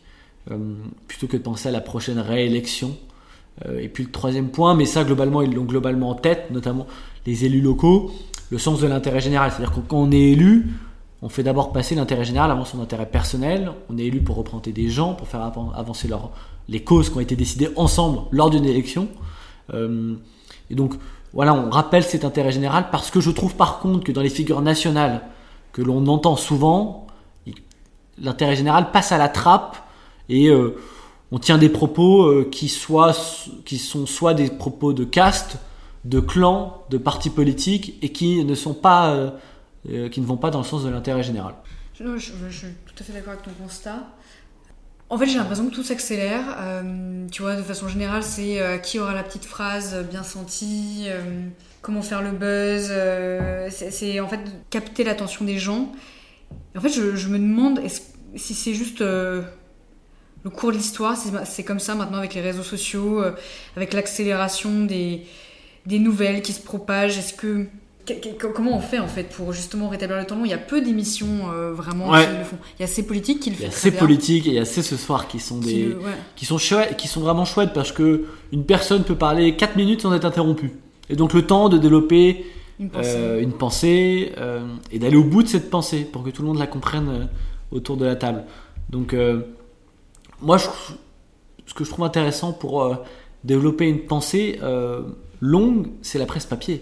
euh, plutôt que de penser à la prochaine réélection. Euh, et puis le troisième point, mais ça globalement ils l'ont globalement en tête, notamment les élus locaux, le sens de l'intérêt général. C'est-à-dire que quand on est élu, on fait d'abord passer l'intérêt général avant son intérêt personnel. On est élu pour représenter des gens, pour faire avancer leur, les causes qui ont été décidées ensemble lors d'une élection. Euh, et donc voilà, on rappelle cet intérêt général parce que je trouve par contre que dans les figures nationales que l'on entend souvent, l'intérêt général passe à la trappe et euh, on tient des propos euh, qui, soient, qui sont soit des propos de caste, de clan, de partis politiques et qui ne sont pas, euh, euh, qui ne vont pas dans le sens de l'intérêt général. Je, je, je suis tout à fait d'accord avec ton constat. En fait, j'ai l'impression que tout s'accélère. Euh, tu vois, de façon générale, c'est euh, qui aura la petite phrase bien sentie, euh, comment faire le buzz. Euh, c'est, c'est en fait capter l'attention des gens. Et en fait, je, je me demande est-ce, si c'est juste euh, le cours de l'histoire, c'est, c'est comme ça maintenant avec les réseaux sociaux, euh, avec l'accélération des, des nouvelles qui se propagent. Est-ce que Comment on fait en fait pour justement rétablir le temps long ? Il y a peu d'émissions euh, vraiment ouais. qui le font. Il y a ces politiques qui le font. Il y a très ces bien. politiques et il y a ces ce soir qui sont des, qui, le, ouais. qui sont chouettes, qui sont vraiment chouettes parce que une personne peut parler quatre minutes sans être interrompue. Et donc le temps de développer une pensée, euh, une pensée euh, et d'aller au bout de cette pensée pour que tout le monde la comprenne euh, autour de la table. Donc euh, moi, je, ce que je trouve intéressant pour euh, développer une pensée euh, longue, c'est la presse papier.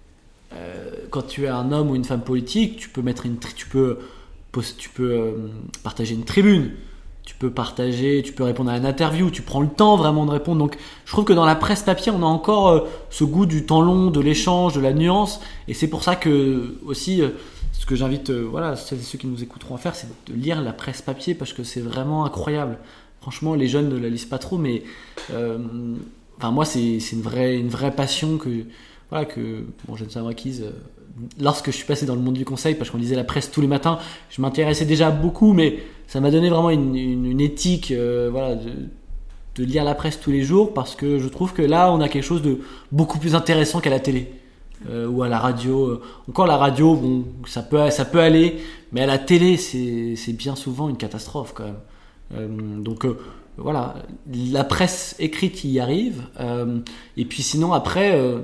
Euh, quand tu es un homme ou une femme politique, tu peux mettre une, tu peux, tu peux euh, partager une tribune, tu peux partager, tu peux répondre à une interview, tu prends le temps vraiment de répondre. Donc, je trouve que dans la presse papier, on a encore euh, ce goût du temps long, de l'échange, de la nuance, et c'est pour ça que aussi, euh, ce que j'invite, euh, voilà, ceux qui nous écouteront à faire, c'est de lire la presse papier parce que c'est vraiment incroyable. Franchement, les jeunes ne la lisent pas trop, mais euh, enfin moi, c'est, c'est une vraie, une vraie passion que Voilà, que bon, je ne suis pas acquise. Euh, lorsque je suis passé dans le monde du conseil, parce qu'on lisait la presse tous les matins, je m'intéressais déjà beaucoup, mais ça m'a donné vraiment une, une, une éthique euh, voilà, de, de lire la presse tous les jours, parce que je trouve que là, on a quelque chose de beaucoup plus intéressant qu'à la télé euh, ou à la radio. Encore la radio, bon, ça peut, ça peut aller, mais à la télé, c'est, c'est bien souvent une catastrophe quand même. Euh, donc euh, voilà, la presse écrite y arrive, euh, et puis sinon après... Euh,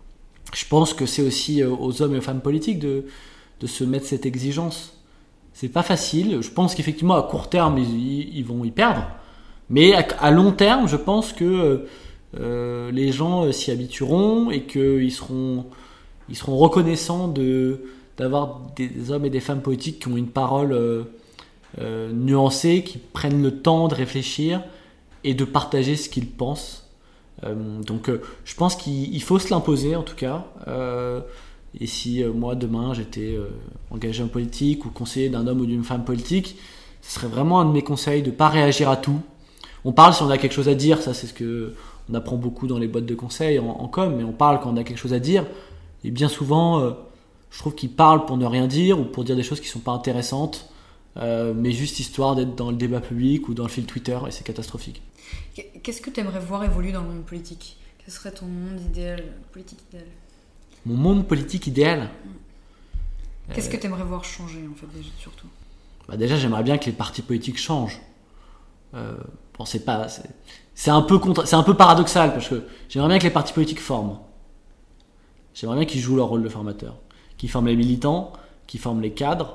Je pense que c'est aussi aux hommes et aux femmes politiques de, de se mettre cette exigence. C'est pas facile. Je pense qu'effectivement, à court terme, ils, ils vont y perdre. Mais à, à long terme, je pense que euh, les gens s'y habitueront et qu'ils seront, ils seront reconnaissants de, d'avoir des hommes et des femmes politiques qui ont une parole euh, euh, nuancée, qui prennent le temps de réfléchir et de partager ce qu'ils pensent. Euh, donc euh, je pense qu'il faut se l'imposer en tout cas euh, et si euh, moi demain j'étais euh, engagé en politique ou conseiller d'un homme ou d'une femme politique, ce serait vraiment un de mes conseils de ne pas réagir à tout. On parle si on a quelque chose à dire, ça c'est ce que on apprend beaucoup dans les boîtes de conseil en, en com, mais on parle quand on a quelque chose à dire et bien souvent euh, je trouve qu'ils parlent pour ne rien dire ou pour dire des choses qui ne sont pas intéressantes euh, mais juste histoire d'être dans le débat public ou dans le fil Twitter et c'est catastrophique. Qu'est-ce que tu aimerais voir évoluer dans le monde politique ? Quel serait ton monde idéal, politique idéal ? Mon monde politique idéal ? Qu'est-ce euh... que tu aimerais voir changer, en fait, déjà, surtout ? Bah déjà, j'aimerais bien que les partis politiques changent. Euh, bon, c'est pas, c'est, c'est un peu contre, c'est un peu paradoxal parce que j'aimerais bien que les partis politiques forment. J'aimerais bien qu'ils jouent leur rôle de formateur, qu'ils forment les militants, qu'ils forment les cadres.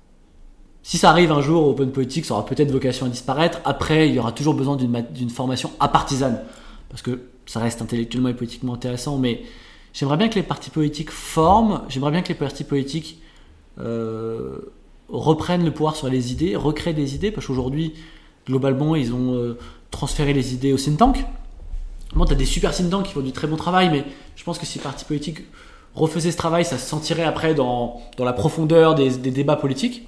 Si ça arrive un jour, Open Politics aura peut-être vocation à disparaître. Après, il y aura toujours besoin d'une, d'une formation apartisane. Parce que ça reste intellectuellement et politiquement intéressant. Mais j'aimerais bien que les partis politiques forment. J'aimerais bien que les partis politiques euh, reprennent le pouvoir sur les idées, recréent des idées. Parce qu'aujourd'hui, globalement, ils ont euh, transféré les idées aux think tanks. Bon, tu as des super think tanks qui font du très bon travail. Mais je pense que si les partis politiques refaisaient ce travail, ça se sentirait après dans, dans la profondeur des, des débats politiques.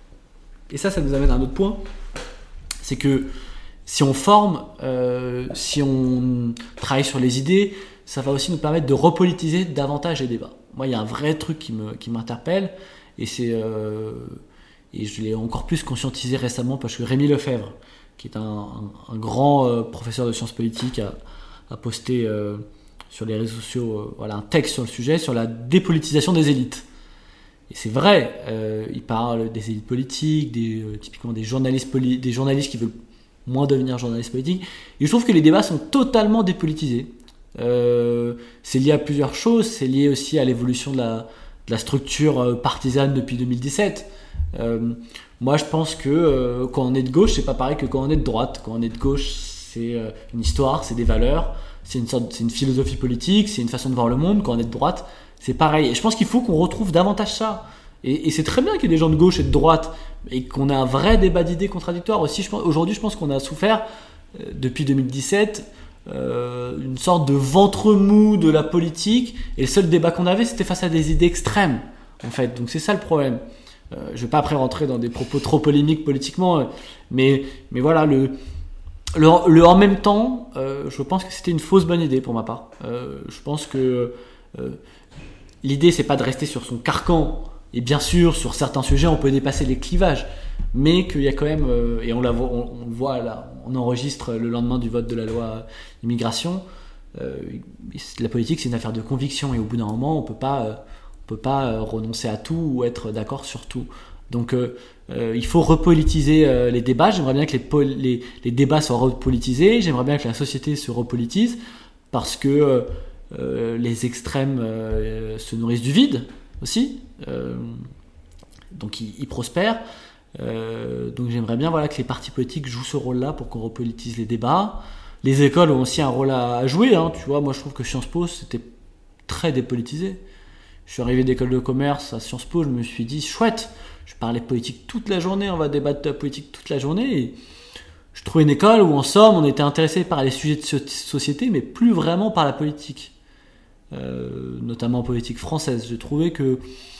Et ça, ça nous amène à un autre point, c'est que si on forme, euh, si on travaille sur les idées, ça va aussi nous permettre de repolitiser davantage les débats. Moi, il y a un vrai truc qui, me, qui m'interpelle, et, c'est, euh, et je l'ai encore plus conscientisé récemment parce que Rémi Lefebvre, qui est un, un, un grand euh, professeur de sciences politiques, a, a posté euh, sur les réseaux sociaux euh, voilà, un texte sur le sujet, sur la dépolitisation des élites. Et c'est vrai, euh, il parle des élites politiques, des, euh, typiquement des journalistes, poli- des journalistes qui veulent moins devenir journaliste politique. Et je trouve que les débats sont totalement dépolitisés. Euh, c'est lié à plusieurs choses. C'est lié aussi à l'évolution de la, de la structure partisane depuis deux mille dix-sept. Euh, moi, je pense que euh, quand on est de gauche, c'est pas pareil que quand on est de droite. Quand on est de gauche, c'est euh, une histoire, c'est des valeurs, c'est une sorte, c'est une philosophie politique, c'est une façon de voir le monde. Quand on est de droite, c'est pareil. Et je pense qu'il faut qu'on retrouve davantage ça. Et, et c'est très bien qu'il y ait des gens de gauche et de droite et qu'on ait un vrai débat d'idées contradictoires aussi. Je pense, aujourd'hui, je pense qu'on a souffert euh, depuis deux mille dix-sept euh, une sorte de ventre mou de la politique. Et le seul débat qu'on avait, c'était face à des idées extrêmes, en fait. Donc c'est ça le problème. Euh, je ne vais pas après rentrer dans des propos trop polémiques politiquement, mais, mais voilà, le, le, le en même temps, euh, je pense que c'était une fausse bonne idée pour ma part. Euh, je pense que euh, l'idée, c'est pas de rester sur son carcan, et bien sûr, sur certains sujets, on peut dépasser les clivages, mais qu'il y a quand même, euh, et on, la voit, on, on le voit là, on enregistre le lendemain du vote de la loi immigration, euh, la politique, c'est une affaire de conviction, et au bout d'un moment, on peut pas... Euh, On peut pas euh, renoncer à tout ou être d'accord sur tout. Donc euh, euh, il faut repolitiser euh, les débats. J'aimerais bien que les, pol- les, les débats soient repolitisés. J'aimerais bien que la société se repolitise parce que euh, euh, les extrêmes euh, se nourrissent du vide aussi. Euh, donc ils, ils prospèrent. Euh, donc j'aimerais bien voilà, que les partis politiques jouent ce rôle-là pour qu'on repolitise les débats. Les écoles ont aussi un rôle à, à jouer. Hein, tu vois, moi je trouve que Sciences Po c'était très dépolitisé. Je suis arrivé d'école de commerce à Sciences Po, je me suis dit chouette, je parlais politique toute la journée, on va débattre de la politique toute la journée. Et je trouvais une école où en somme on était intéressé par les sujets de société, mais plus vraiment par la politique, euh, notamment politique française. J'ai trouvé que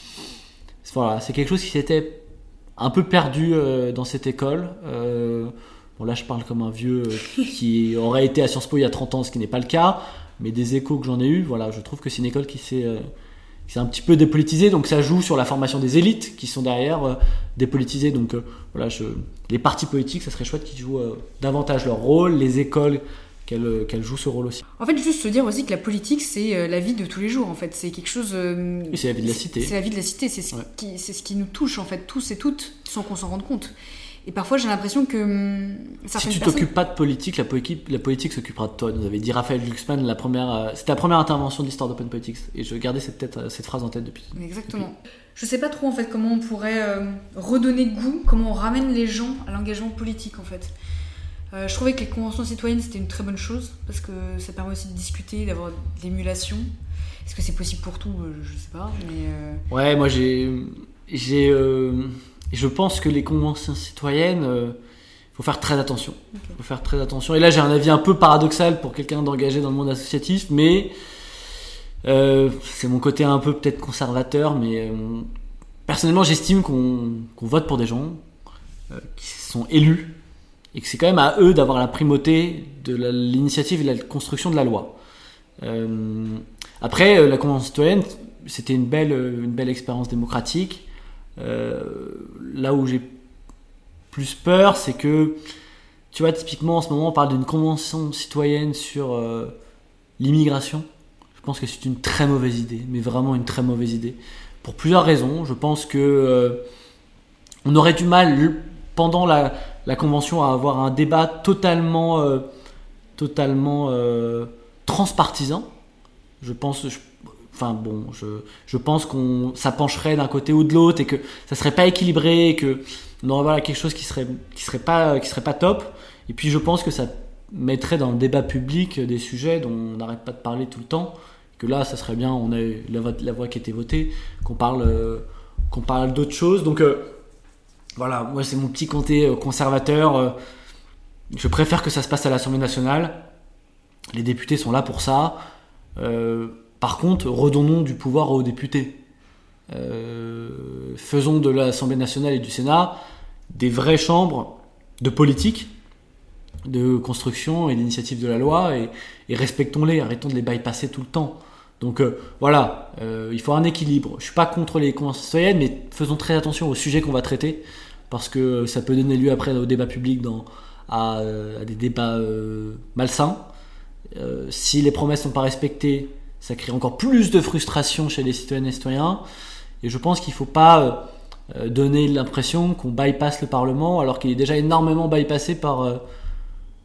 voilà, c'est quelque chose qui s'était un peu perdu euh, dans cette école. Euh, bon là je parle comme un vieux euh, qui aurait été à Sciences Po il y a trente ans, ce qui n'est pas le cas, mais des échos que j'en ai eu, voilà, je trouve que c'est une école qui s'est euh, c'est un petit peu dépolitisé, donc ça joue sur la formation des élites qui sont derrière euh, dépolitisées. Donc euh, voilà, je, les partis politiques, ça serait chouette qu'ils jouent euh, davantage leur rôle, les écoles, qu'elles, qu'elles jouent ce rôle aussi. En fait, juste se dire aussi que la politique, c'est euh, la vie de tous les jours, en fait. C'est quelque chose... Euh, oui, c'est la vie de la cité. C'est, c'est la vie de la cité, c'est ce, ouais. qui, c'est ce qui nous touche, en fait, tous et toutes, sans qu'on s'en rende compte. Et parfois, j'ai l'impression que hum, certaines Si tu personnes... t'occupes pas de politique, la politique, la politique s'occupera de toi. Nous avait dit Raphaël Glucksmann, la première, euh, c'était la première intervention de l'histoire d'Open Politics. Et je gardais cette, tête, cette phrase en tête depuis. Exactement. Depuis. Je sais pas trop, en fait, comment on pourrait euh, redonner goût, comment on ramène les gens à l'engagement politique, en fait. Euh, je trouvais que les conventions citoyennes, c'était une très bonne chose, parce que ça permet aussi de discuter, d'avoir de l'émulation. Est-ce que c'est possible pour tout ? Je sais pas, mais... Euh... Ouais, moi, j'ai... j'ai euh... Je pense que les conventions citoyennes, euh, faut faire très attention. Okay. Faut faire très attention. Et là, j'ai un avis un peu paradoxal pour quelqu'un d'engagé dans le monde associatif, mais euh, c'est mon côté un peu peut-être conservateur. Mais euh, personnellement, j'estime qu'on, qu'on vote pour des gens euh, qui sont élus et que c'est quand même à eux d'avoir la primauté de la, l'initiative et la construction de la loi. Euh, après, euh, la convention citoyenne, c'était une belle, une belle expérience démocratique. Euh, là où j'ai plus peur, c'est que, tu vois, typiquement en ce moment on parle d'une convention citoyenne sur euh, l'immigration. Je pense que c'est une très mauvaise idée, mais vraiment une très mauvaise idée, pour plusieurs raisons. Je pense que euh, on aurait du mal pendant la, la convention à avoir un débat totalement euh, totalement euh, transpartisan. Je pense je, Enfin bon, je, je pense qu'on ça pencherait d'un côté ou de l'autre et que ça serait pas équilibré et que on aurait voilà, quelque chose qui serait qui serait pas qui serait pas top. Et puis je pense que ça mettrait dans le débat public des sujets dont on n'arrête pas de parler tout le temps. Que là, ça serait bien, on a eu la voix, la voix qui a été votée, qu'on parle euh, qu'on parle d'autres choses. Donc euh, voilà, moi c'est mon petit côté conservateur. Euh, je préfère que ça se passe à l'Assemblée nationale. Les députés sont là pour ça. Euh, Par contre, redonnons du pouvoir aux députés. Euh, faisons de l'Assemblée nationale et du Sénat des vraies chambres de politique, de construction et d'initiative de la loi, et, et respectons-les, arrêtons de les bypasser tout le temps. Donc euh, voilà, euh, il faut un équilibre. Je ne suis pas contre les conventions citoyennes, mais faisons très attention aux sujets qu'on va traiter, parce que ça peut donner lieu après au débat public, dans, à, à des débats euh, malsains. Euh, si les promesses ne sont pas respectées, ça crée encore plus de frustration chez les citoyennes et citoyens. Et je pense qu'il ne faut pas euh, donner l'impression qu'on bypasse le Parlement, alors qu'il est déjà énormément bypassé par, euh,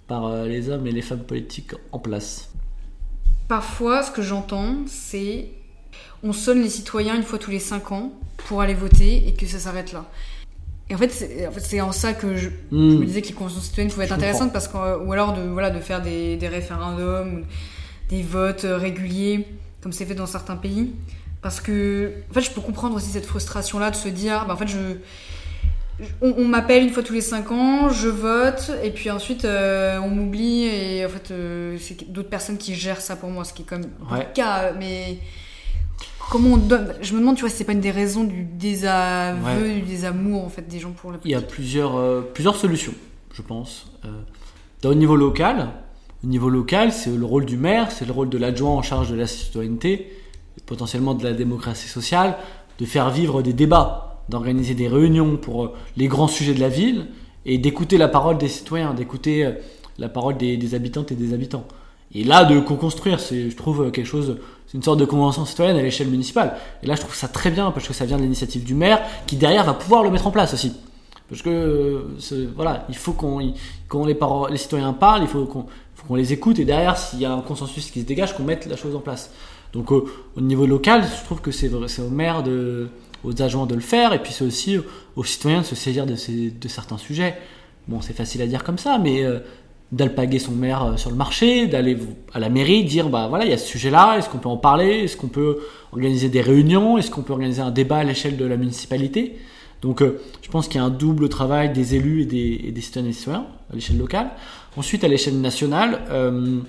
par les hommes et les femmes politiques en place. Parfois, ce que j'entends, c'est on sonne les citoyens une fois tous les cinq ans pour aller voter et que ça s'arrête là. Et en fait, c'est en, fait, c'est en ça que je, mmh. je me disais que les conventions citoyennes pouvaient être intéressantes, parce que, ou alors de, voilà, de faire des, des référendums, des votes réguliers, comme c'est fait dans certains pays. Parce que, en fait, je peux comprendre aussi cette frustration-là de se dire, bah, en fait, je, on, on m'appelle une fois tous les cinq ans, je vote, et puis ensuite, euh, on m'oublie, et en fait, euh, c'est d'autres personnes qui gèrent ça pour moi, ce qui est quand même ouais. le cas, mais... Comment on donne... Je me demande, tu vois, si c'est pas une des raisons du désaveu, ouais. du désamour, en fait, des gens pour la politique. Il y a plusieurs, euh, plusieurs solutions, je pense. Euh, au niveau local, au niveau local, c'est le rôle du maire, c'est le rôle de l'adjoint en charge de la citoyenneté, potentiellement de la démocratie sociale, de faire vivre des débats, d'organiser des réunions pour les grands sujets de la ville et d'écouter la parole des citoyens, d'écouter la parole des, des habitantes et des habitants. Et là, de co-construire, c'est, je trouve, quelque chose... C'est une sorte de convention citoyenne à l'échelle municipale. Et là, je trouve ça très bien, parce que ça vient de l'initiative du maire, qui derrière va pouvoir le mettre en place aussi. Parce que, voilà, il faut qu'on, quand les, parents, les citoyens parlent, il faut qu'on, faut qu'on les écoute, et derrière, s'il y a un consensus qui se dégage, qu'on mette la chose en place. Donc, au, au niveau local, je trouve que c'est, c'est au maire, de, aux adjoints de le faire, et puis c'est aussi aux citoyens de se saisir de, ces, de certains sujets. Bon, c'est facile à dire comme ça, mais... Euh, d'alpaguer son maire sur le marché, d'aller à la mairie, dire bah voilà, il y a ce sujet-là, est-ce qu'on peut en parler, est-ce qu'on peut organiser des réunions, est-ce qu'on peut organiser un débat à l'échelle de la municipalité. Donc euh, je pense qu'il y a un double travail des élus et des, et des citoyennes et des citoyens à l'échelle locale. Ensuite, à l'échelle nationale, euh,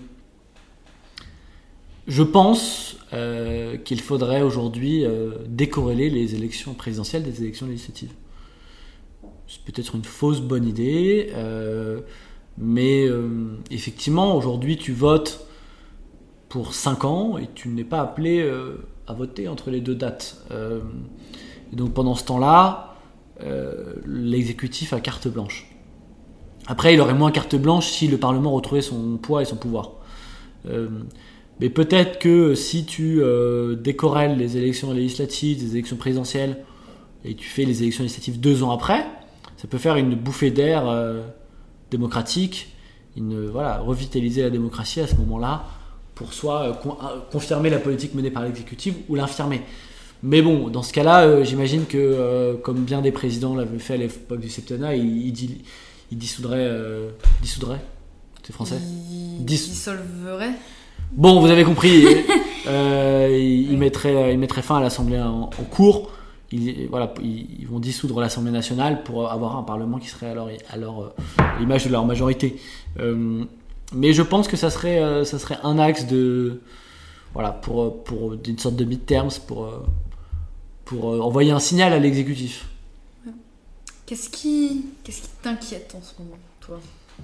je pense euh, qu'il faudrait aujourd'hui euh, décorréler les élections présidentielles des élections législatives. C'est peut-être une fausse bonne idée, euh, mais euh, effectivement, aujourd'hui, tu votes pour cinq ans et tu n'es pas appelé euh, à voter entre les deux dates. Euh, et donc pendant ce temps-là, euh, l'exécutif a carte blanche. Après, il aurait moins carte blanche si le Parlement retrouvait son poids et son pouvoir. Euh, mais peut-être que si tu euh, décorrèles les élections législatives, les élections présidentielles, et tu fais les élections législatives deux ans après, ça peut faire une bouffée d'air euh, démocratique, une, voilà, revitaliser la démocratie à ce moment-là, pour soit euh, con, euh, confirmer la politique menée par l'exécutif ou l'infirmer. Mais bon, dans ce cas-là, euh, j'imagine que, euh, comme bien des présidents l'avaient fait à l'époque du septennat, il, il, il dissoudrait... Euh, dissoudrait C'est français Il Dis... dissolverait. Bon, vous avez compris. euh, il, il, mettrait, il mettrait fin à l'Assemblée en, en cours. Ils, voilà, ils, ils vont dissoudre l'Assemblée nationale pour avoir un Parlement qui serait alors à leur, euh, l'image de leur majorité. Euh, mais je pense que ça serait, euh, ça serait un axe de, voilà, pour, pour une sorte de mid-terms, pour, pour euh, envoyer un signal à l'exécutif. Qu'est-ce qui, qu'est-ce qui t'inquiète en ce moment, toi ?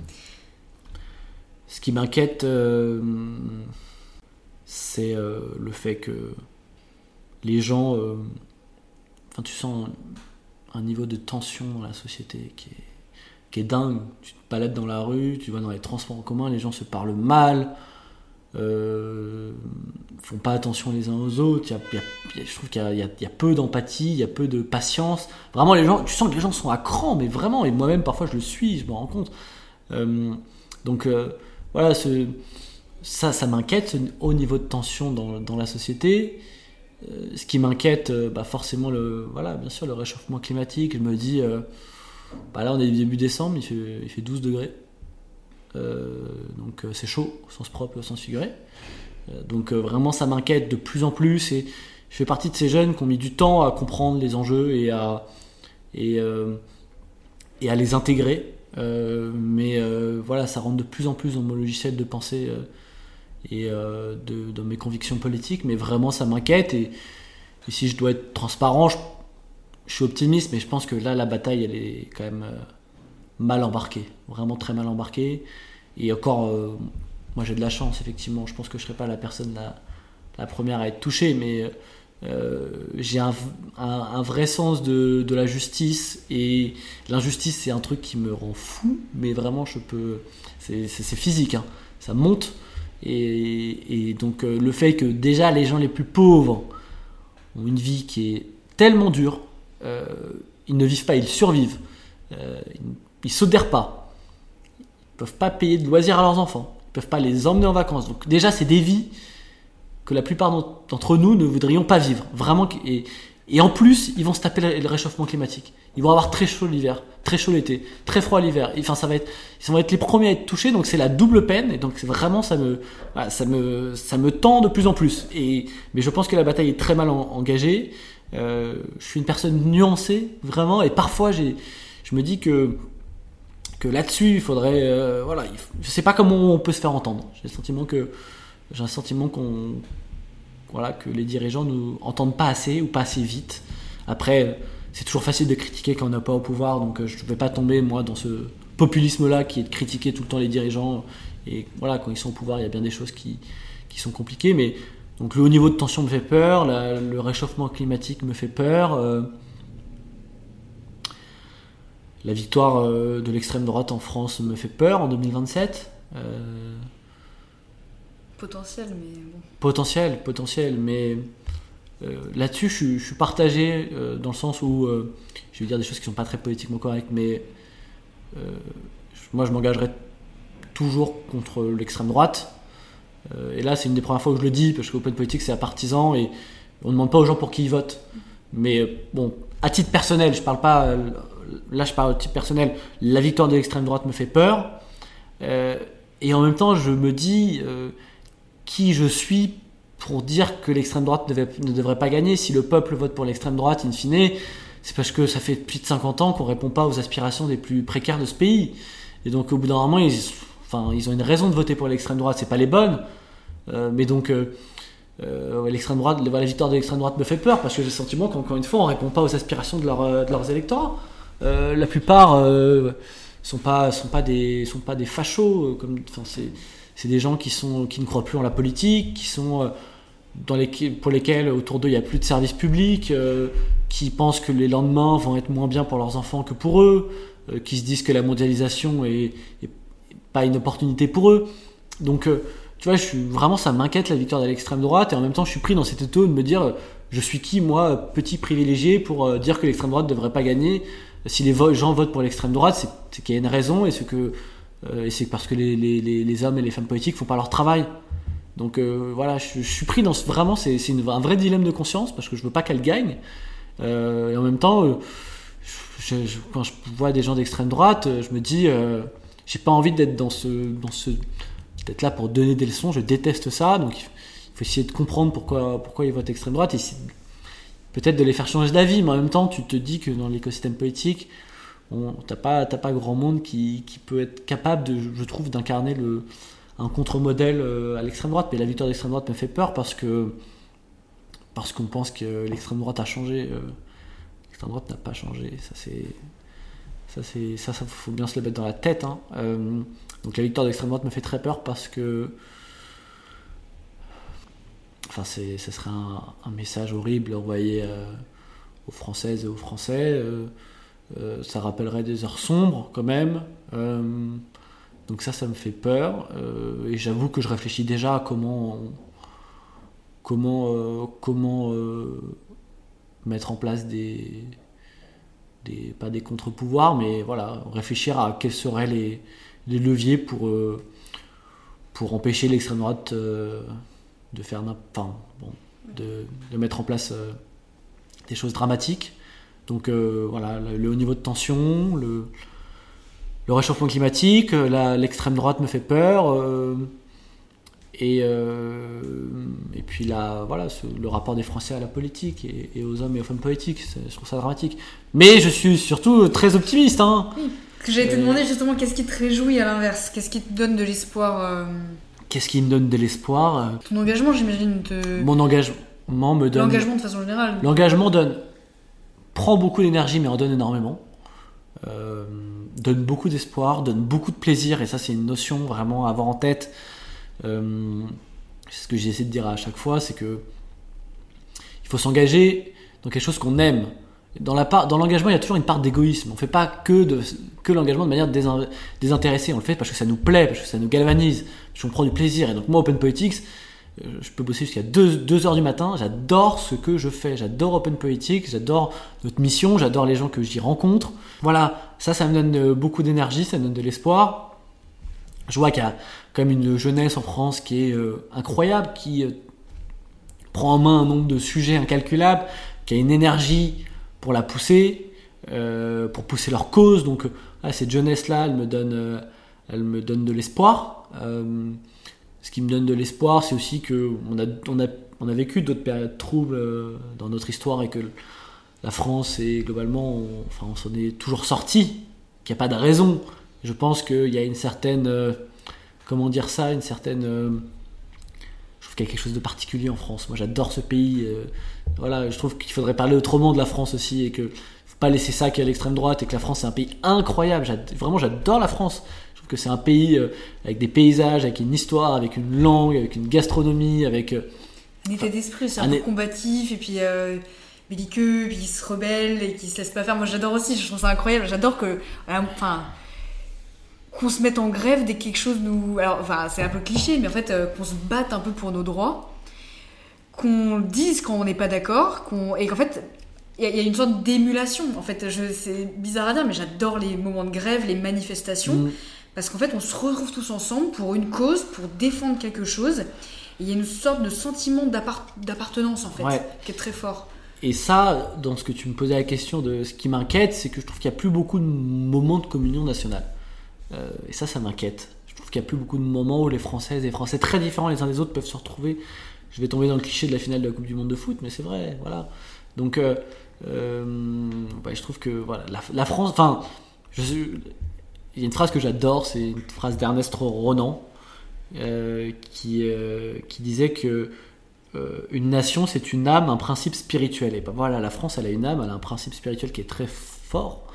Ce qui m'inquiète, euh, c'est euh, le fait que les gens... Euh, Enfin, tu sens un, un niveau de tension dans la société qui est, qui est dingue. Tu te balades dans la rue, tu vas dans les transports en commun, les gens se parlent mal, euh, font pas attention les uns aux autres. Il y a, il y a, je trouve qu'il y a, il y a, il y a peu d'empathie, il y a peu de patience. Vraiment, les gens, tu sens que les gens sont à cran, mais vraiment, et moi-même parfois je le suis, je me rends compte. Euh, donc euh, voilà, ce, ça, ça m'inquiète, ce haut niveau de tension dans, dans la société. Euh, ce qui m'inquiète, euh, bah forcément, le, voilà, bien sûr, le réchauffement climatique. Je me dis, euh, bah là on est début décembre, il fait, il fait douze degrés. Euh, donc euh, c'est chaud, au sens propre et au sens figuré. Euh, donc euh, vraiment ça m'inquiète de plus en plus. Et je fais partie de ces jeunes qui ont mis du temps à comprendre les enjeux et à, et, euh, et à les intégrer. Euh, mais euh, voilà, ça rentre de plus en plus dans mon logiciel de pensée. Euh, et euh, de, de mes convictions politiques, mais vraiment ça m'inquiète, et, et si je dois être transparent, je, je suis optimiste, mais je pense que là la bataille elle est quand même euh, mal embarquée, vraiment très mal embarquée, et encore euh, moi j'ai de la chance effectivement, je pense que je serai pas la personne la, la première à être touchée, mais euh, j'ai un, un, un vrai sens de, de la justice, et l'injustice c'est un truc qui me rend fou, mais vraiment je peux, c'est, c'est, c'est physique, hein, ça monte. Et, et donc euh, le fait que déjà les gens les plus pauvres ont une vie qui est tellement dure, euh, ils ne vivent pas, ils survivent, euh, ils, ils sautèrent pas, peuvent pas payer de loisirs à leurs enfants, ils peuvent pas les emmener en vacances. Donc déjà, c'est des vies que la plupart d'entre nous ne voudrions pas vivre. Vraiment. Et, et en plus, ils vont se taper le réchauffement climatique. Ils vont avoir très chaud l'hiver, très chaud l'été, très froid l'hiver. Enfin, ça va être, ils vont être les premiers à être touchés. Donc c'est la double peine. Et donc c'est vraiment, ça me, voilà, ça me, ça me tend de plus en plus. Et mais je pense que la bataille est très mal en, engagée. Euh, je suis une personne nuancée, vraiment. Et parfois, j'ai, je me dis que que là-dessus, il faudrait, euh, voilà, il faut, je sais pas comment on peut se faire entendre. J'ai le sentiment que, j'ai un sentiment qu'on, voilà, que les dirigeants nous entendent pas assez ou pas assez vite. Après, c'est toujours facile de critiquer quand on n'a pas au pouvoir, donc je ne vais pas tomber moi dans ce populisme-là qui est de critiquer tout le temps les dirigeants. Et voilà, quand ils sont au pouvoir, il y a bien des choses qui, qui sont compliquées. Mais donc le haut niveau de tension me fait peur, la, le réchauffement climatique me fait peur. Euh, La victoire de l'extrême droite en France me fait peur en deux mille vingt-sept. Euh... Potentiel, mais bon. Potentiel, potentiel, mais euh, là-dessus, je suis, je suis partagé euh, dans le sens où, euh, je vais dire des choses qui ne sont pas très politiquement correctes, mais euh, moi, je m'engagerai toujours contre l'extrême droite. Euh, et là, c'est une des premières fois que je le dis, parce que Open Politique, c'est à partisan, et on ne demande pas aux gens pour qui ils votent. Mais bon, à titre personnel, je parle pas... Euh, là je parle au titre personnel, la victoire de l'extrême droite me fait peur, euh, et en même temps je me dis euh, qui je suis pour dire que l'extrême droite devait, ne devrait pas gagner. Si le peuple vote pour l'extrême droite in fine, c'est parce que ça fait plus de cinquante ans qu'on répond pas aux aspirations des plus précaires de ce pays, et donc au bout d'un moment ils, enfin, ils ont une raison de voter pour l'extrême droite, c'est pas les bonnes, euh, mais donc euh, euh, l'extrême droite, la victoire de l'extrême droite me fait peur parce que j'ai le sentiment qu'encore une fois on répond pas aux aspirations de, leur, de leurs électorats. Euh, la plupart euh, sont pas sont pas des sont pas des fachos, comme, enfin c'est c'est des gens qui sont qui ne croient plus en la politique, qui sont euh, dans les pour lesquels autour d'eux il y a plus de services publics, euh, qui pensent que les lendemains vont être moins bien pour leurs enfants que pour eux, euh, qui se disent que la mondialisation est, est pas une opportunité pour eux. Donc euh, tu vois, je suis vraiment, ça m'inquiète la victoire de l'extrême droite, et en même temps je suis pris dans cet étau de me dire euh, je suis qui moi, petit privilégié, pour euh, dire que l'extrême droite ne devrait pas gagner. Si les vo- gens votent pour l'extrême droite, c'est, c'est qu'il y a une raison, et c'est, que, euh, et c'est parce que les, les, les hommes et les femmes politiques font pas leur travail. Donc euh, voilà, je, je suis pris dans ce, vraiment, c'est, c'est une, un vrai dilemme de conscience, parce que je veux pas qu'elle gagne. Euh, et en même temps, euh, je, je, quand je vois des gens d'extrême droite, je me dis, euh, j'ai pas envie d'être dans ce, dans ce, d'être là pour donner des leçons. Je déteste ça, donc il faut essayer de comprendre pourquoi, pourquoi ils votent extrême droite, et si, peut-être de les faire changer d'avis, mais en même temps, tu te dis que dans l'écosystème politique, on, t'as pas, t'as pas grand monde qui, qui peut être capable, de, je trouve, d'incarner le, un contre-modèle à l'extrême droite. Mais la victoire de l'extrême droite me fait peur parce que parce qu'on pense que l'extrême droite a changé. L'extrême droite n'a pas changé. Ça, c'est ça, c'est ça, ça faut bien se le mettre dans la tête. Hein. Euh, donc la victoire de l'extrême droite me fait très peur parce que Enfin, c'est, ce serait un, un message horrible envoyé euh, aux Françaises et aux Français. Euh, euh, ça rappellerait des heures sombres quand même. Euh, donc ça, ça me fait peur. Euh, et j'avoue que je réfléchis déjà à comment, comment, euh, comment euh, mettre en place des, des, pas des contre-pouvoirs, mais voilà, réfléchir à quels seraient les, les leviers pour, euh, pour empêcher l'extrême droite euh, de faire enfin, bon, de, de mettre en place euh, des choses dramatiques. Donc euh, voilà, le, le haut niveau de tension, le, le réchauffement climatique, la, l'extrême droite me fait peur, euh, et, euh, et puis là, voilà, ce, le rapport des Français à la politique et, et aux hommes et aux femmes politiques, je trouve ça dramatique. Mais je suis surtout très optimiste. Hein. Oui, parce que j'allais te demander justement qu'est-ce qui te réjouit à l'inverse, qu'est-ce qui te donne de l'espoir euh... Qu'est-ce qui me donne de l'espoir? Ton engagement, j'imagine. Te... Mon engagement me donne... L'engagement de façon générale. L'engagement donne... prend beaucoup d'énergie, mais en donne énormément. Euh, donne beaucoup d'espoir, donne beaucoup de plaisir, et ça, c'est une notion vraiment à avoir en tête. Euh, c'est ce que j'essaie de dire à chaque fois, c'est que il faut s'engager dans quelque chose qu'on aime. Dans, la part, dans l'engagement, il y a toujours une part d'égoïsme. On ne fait pas que, de, que l'engagement de manière désin, désintéressée. On le fait parce que ça nous plaît, parce que ça nous galvanise, parce qu'on prend du plaisir. Et donc moi, Open Politics, je peux bosser jusqu'à deux heures du matin. J'adore ce que je fais. J'adore Open Politics, j'adore notre mission, j'adore les gens que j'y rencontre. Voilà, ça, ça me donne beaucoup d'énergie, ça me donne de l'espoir. je vois qu'il y a quand même une jeunesse en France qui est euh, incroyable, qui euh, prend en main un nombre de sujets incalculables, qui a une énergie pour la pousser, euh, pour pousser leur cause. Donc ah, cette jeunesse-là, elle me donne, euh, elle me donne de l'espoir. Euh, ce qui me donne de l'espoir, c'est aussi qu'on a, on a, on a vécu d'autres périodes troubles euh, dans notre histoire et que la France est globalement, on, enfin, on s'en est toujours sorti, qu'il n'y a pas de raison. Je pense qu'il y a une certaine, euh, comment dire ça, une certaine... Euh, je trouve qu'il y a quelque chose de particulier en France. Moi, j'adore ce pays. Euh, voilà, je trouve qu'il faudrait parler autrement de la France aussi et qu'il ne faut pas laisser ça qu'à l'extrême droite et que la France, c'est un pays incroyable. J'ad... Vraiment, j'adore la France. Je trouve que c'est un pays euh, avec des paysages, avec une histoire, avec une langue, avec une gastronomie, avec... Euh, un état d'esprit, c'est un peu é... combatif et puis... Euh... belliqueux, puis qui se rebelle et qui se laisse pas faire. Moi, j'adore aussi, je trouve ça incroyable. J'adore que, enfin, qu'on se mette en grève dès que quelque chose nous... Alors, enfin, c'est un peu cliché, mais en fait, euh, qu'on se batte un peu pour nos droits, qu'on dise quand on n'est pas d'accord, qu'on... et qu'en fait, il y, y a une sorte d'émulation. En fait, je... c'est bizarre à dire, mais j'adore les moments de grève, les manifestations, mmh. parce qu'en fait, on se retrouve tous ensemble pour une cause, pour défendre quelque chose. Et il y a une sorte de sentiment d'appart... d'appartenance, en fait, ouais. qui est très fort. Et ça, dans ce que tu me posais la question de ce qui m'inquiète, c'est que je trouve qu'il n'y a plus beaucoup de moments de communion nationale. Euh, et ça, ça m'inquiète. Je trouve qu'il n'y a plus beaucoup de moments où les Françaises et les Français très différents les uns des autres peuvent se retrouver. Je vais tomber dans le cliché de la finale de la Coupe du Monde de foot, mais c'est vrai, voilà. Donc, euh, euh, ouais, je trouve que voilà, la, la France... Enfin, je, il y a une phrase que j'adore, c'est une phrase d'Ernest Renan, euh, qui, euh, qui disait que Euh, une nation, c'est une âme, un principe spirituel. Et ben voilà, la France, elle a une âme, elle a un principe spirituel qui est très fort.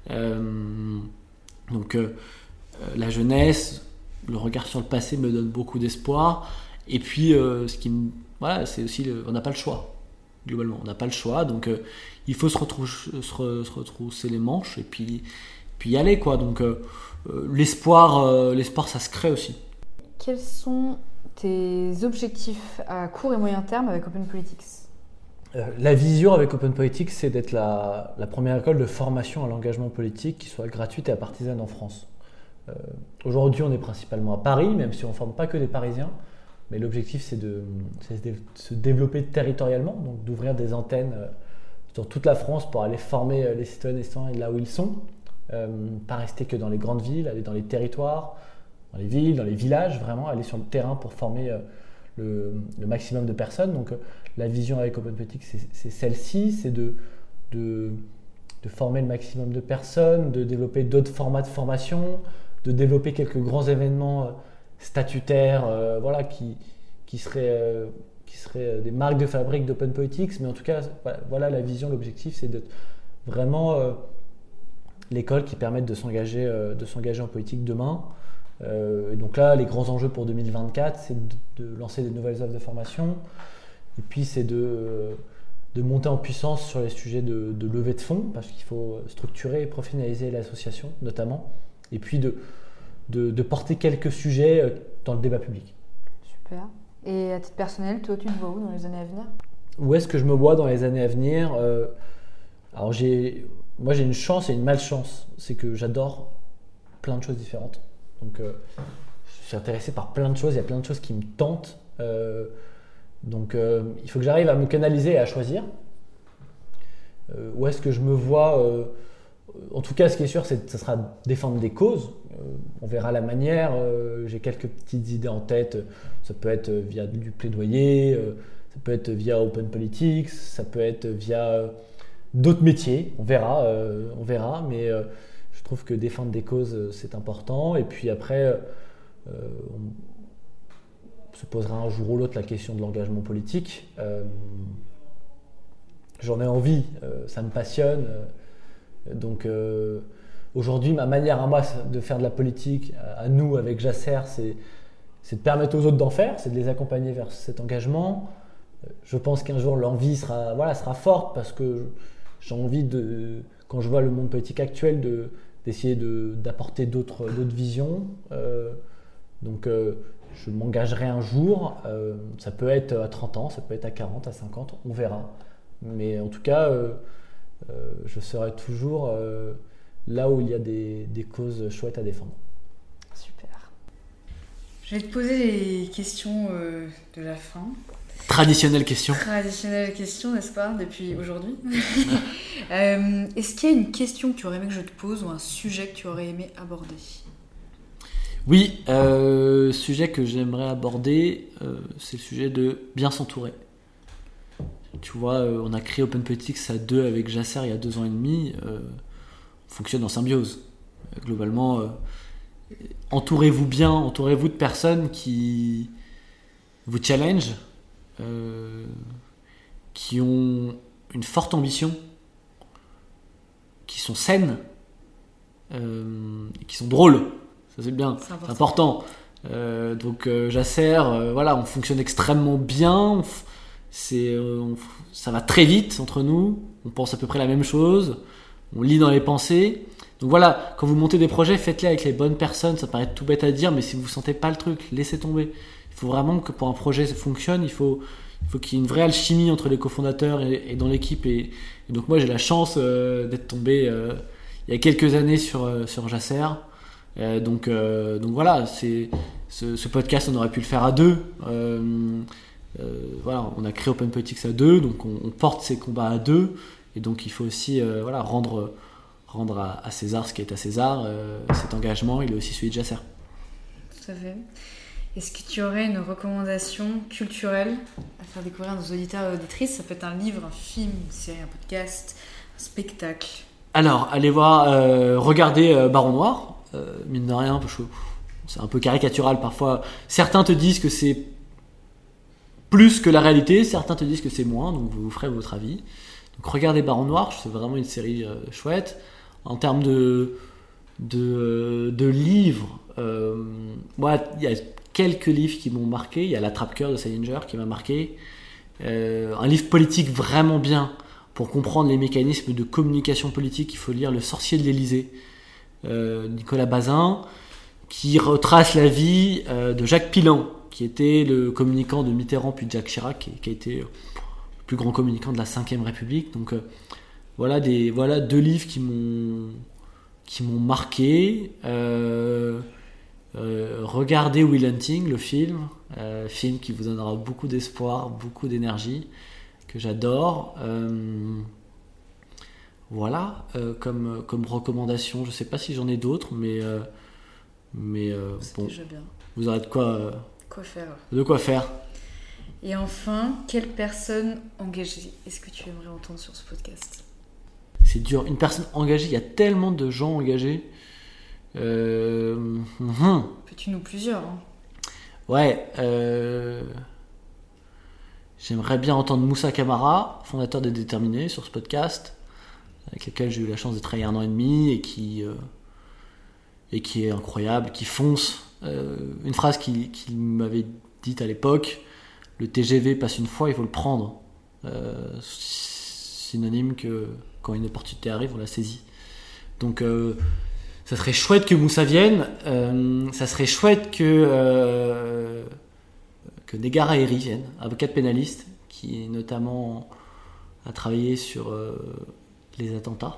Euh, donc, euh, la jeunesse, le regard sur le passé me donne beaucoup d'espoir. Et puis, euh, ce qui me, voilà, c'est aussi, le, on n'a pas le choix. Globalement, on n'a pas le choix. Donc, euh, il faut se, retrou- se, re- se retrousser les manches et puis, puis y aller, quoi. Donc, euh, euh, l'espoir, euh, l'espoir, ça se crée aussi. Quels sont tes objectifs à court et moyen terme avec Open Politics ? euh, La vision avec Open Politics, c'est d'être la, la première école de formation à l'engagement politique qui soit gratuite et apartisane en France. Euh, aujourd'hui, on est principalement à Paris, même si on ne forme pas que des Parisiens. Mais l'objectif, c'est de, c'est de se développer territorialement, donc d'ouvrir des antennes euh, sur toute la France pour aller former euh, les citoyennes et les citoyens là où ils sont. Euh, pas rester que dans les grandes villes, aller dans les territoires, dans les villes, dans les villages, vraiment aller sur le terrain pour former euh, le, le maximum de personnes. Donc euh, la vision avec Open Politics, c'est, c'est celle-ci, c'est de, de, de former le maximum de personnes, de développer d'autres formats de formation, de développer quelques grands événements euh, statutaires, euh, voilà, qui, qui seraient, euh, qui seraient des marques de fabrique d'Open Politics. Mais en tout cas, voilà, voilà la vision, l'objectif, c'est d'être vraiment euh, l'école qui permette de s'engager, euh, de s'engager en politique demain. Euh, et donc là, les grands enjeux pour deux mille vingt-quatre, c'est de, de lancer des nouvelles offres de formation, et puis c'est de, de monter en puissance sur les sujets de, de levée de fonds, parce qu'il faut structurer et professionnaliser l'association notamment, et puis de, de, de porter quelques sujets dans le débat public. Super. Et à titre personnel, toi, tu te vois où dans les années à venir ? Où est-ce que je me vois dans les années à venir ? euh, Alors j'ai, moi j'ai une chance et une malchance, c'est que j'adore plein de choses différentes. Donc, euh, je suis intéressé par plein de choses, il y a plein de choses qui me tentent. Euh, donc, euh, il faut que j'arrive à me canaliser et à choisir. Euh, où est-ce que je me vois euh, En tout cas, ce qui est sûr, c'est que ce sera défendre des causes. Euh, on verra la manière. Euh, j'ai quelques petites idées en tête. Ça peut être via du plaidoyer, euh, ça peut être via Open Politics, ça peut être via euh, d'autres métiers. On verra, euh, on verra, mais... Euh, je trouve que défendre des causes, c'est important. Et puis après, euh, on se posera un jour ou l'autre la question de l'engagement politique. Euh, j'en ai envie, euh, ça me passionne. Euh, donc euh, aujourd'hui, ma manière à moi de faire de la politique, à, à nous avec Jasser, c'est, c'est de permettre aux autres d'en faire, c'est de les accompagner vers cet engagement. Je pense qu'un jour, l'envie sera, voilà, sera forte parce que j'ai envie de... Quand je vois le monde politique actuel, de, d'essayer de, d'apporter d'autres, d'autres visions. Euh, donc, euh, je m'engagerai un jour. Euh, ça peut être à trente ans, ça peut être à quarante, à cinquante, on verra. Mais en tout cas, euh, euh, je serai toujours euh, là où il y a des, des causes chouettes à défendre. Super. Je vais te poser les questions euh, de la fin. Traditionnelle question. Traditionnelle question, n'est-ce pas, depuis aujourd'hui. euh, Est-ce qu'il y a une question que tu aurais aimé que je te pose ou un sujet que tu aurais aimé aborder ? Oui, euh, sujet que j'aimerais aborder, euh, c'est le sujet de bien s'entourer. Tu vois, euh, on a créé Open Politics à deux avec Jasser il y a deux ans et demi. Euh, on fonctionne en symbiose. Euh, globalement, euh, entourez-vous bien, entourez-vous de personnes qui vous challenge, euh, qui ont une forte ambition, qui sont saines, euh, qui sont drôles. Ça c'est bien, c'est important. C'est important. Euh, donc euh, Jasser, euh, voilà, on fonctionne extrêmement bien. On f- c'est, euh, on f- ça va très vite entre nous. On pense à peu près la même chose. On lit dans les pensées. Donc voilà, quand vous montez des projets, faites-les avec les bonnes personnes. Ça paraît tout bête à dire, mais si vous sentez pas le truc, laissez tomber. Il faut vraiment que pour un projet ça fonctionne, il faut, il faut qu'il y ait une vraie alchimie entre les cofondateurs et, et dans l'équipe. Et, et donc moi j'ai la chance euh, d'être tombé euh, il y a quelques années sur, euh, sur Jasser. Euh, donc, euh, donc voilà, c'est, ce, ce podcast on aurait pu le faire à deux. Euh, euh, voilà, on a créé Open Politics à deux, donc on, on porte ces combats à deux. Et donc il faut aussi euh, voilà, rendre, rendre à, à César ce qui est à César. Euh, cet engagement, il est aussi celui de Jasser. Tout à fait. Est-ce que tu aurais une recommandation culturelle à faire découvrir à nos auditeurs et auditrices ? Ça peut être un livre, un film, une série, un podcast, un spectacle. Alors, allez voir, euh, regardez euh, Baron Noir, euh, mine de rien, parce que c'est un peu caricatural parfois. Certains te disent que c'est plus que la réalité, certains te disent que c'est moins, donc vous ferez votre avis. Donc regardez Baron Noir, c'est vraiment une série euh, chouette. En termes de, de, de livres, euh, moi, il y a quelques livres qui m'ont marqué. Il y a La Trappe-Cœur de Salinger qui m'a marqué. Euh, un livre politique vraiment bien. Pour comprendre les mécanismes de communication politique, il faut lire Le Sorcier de l'Élysée, euh, Nicolas Bazin, qui retrace la vie euh, de Jacques Pillan, qui était le communicant de Mitterrand puis de Jacques Chirac, et qui a été le plus grand communicant de la cinquième République. Donc euh, voilà, des, voilà deux livres qui m'ont, qui m'ont marqué. Euh, euh, regardez Will Hunting, le film, euh, film qui vous donnera beaucoup d'espoir, beaucoup d'énergie, que j'adore. Euh, voilà, euh, comme, comme recommandation. Je sais pas si j'en ai d'autres, mais, euh, mais euh, c'est bon, déjà bien. Vous aurez de quoi, euh, quoi faire. De quoi faire. Et enfin, quelle personne engagée est-ce que tu aimerais entendre sur ce podcast ? C'est dur. Une personne engagée, il y a tellement de gens engagés. Euh... Hum. Peux-tu nous plusieurs hein. Ouais. Euh... J'aimerais bien entendre Moussa Camara, fondateur de Déterminé, sur ce podcast, avec lequel j'ai eu la chance de travailler un an et demi et qui, euh, et qui est incroyable, qui fonce. Euh, une phrase qu'il, qu'il m'avait dite à l'époque, le T G V passe une fois, il faut le prendre. Euh, synonyme que quand une opportunité arrive, on la saisit. Donc euh, ça serait chouette que Moussa vienne, euh, ça serait chouette que... Euh, que Negara Eri vienne, avocate pénaliste, qui notamment a travaillé sur euh, les attentats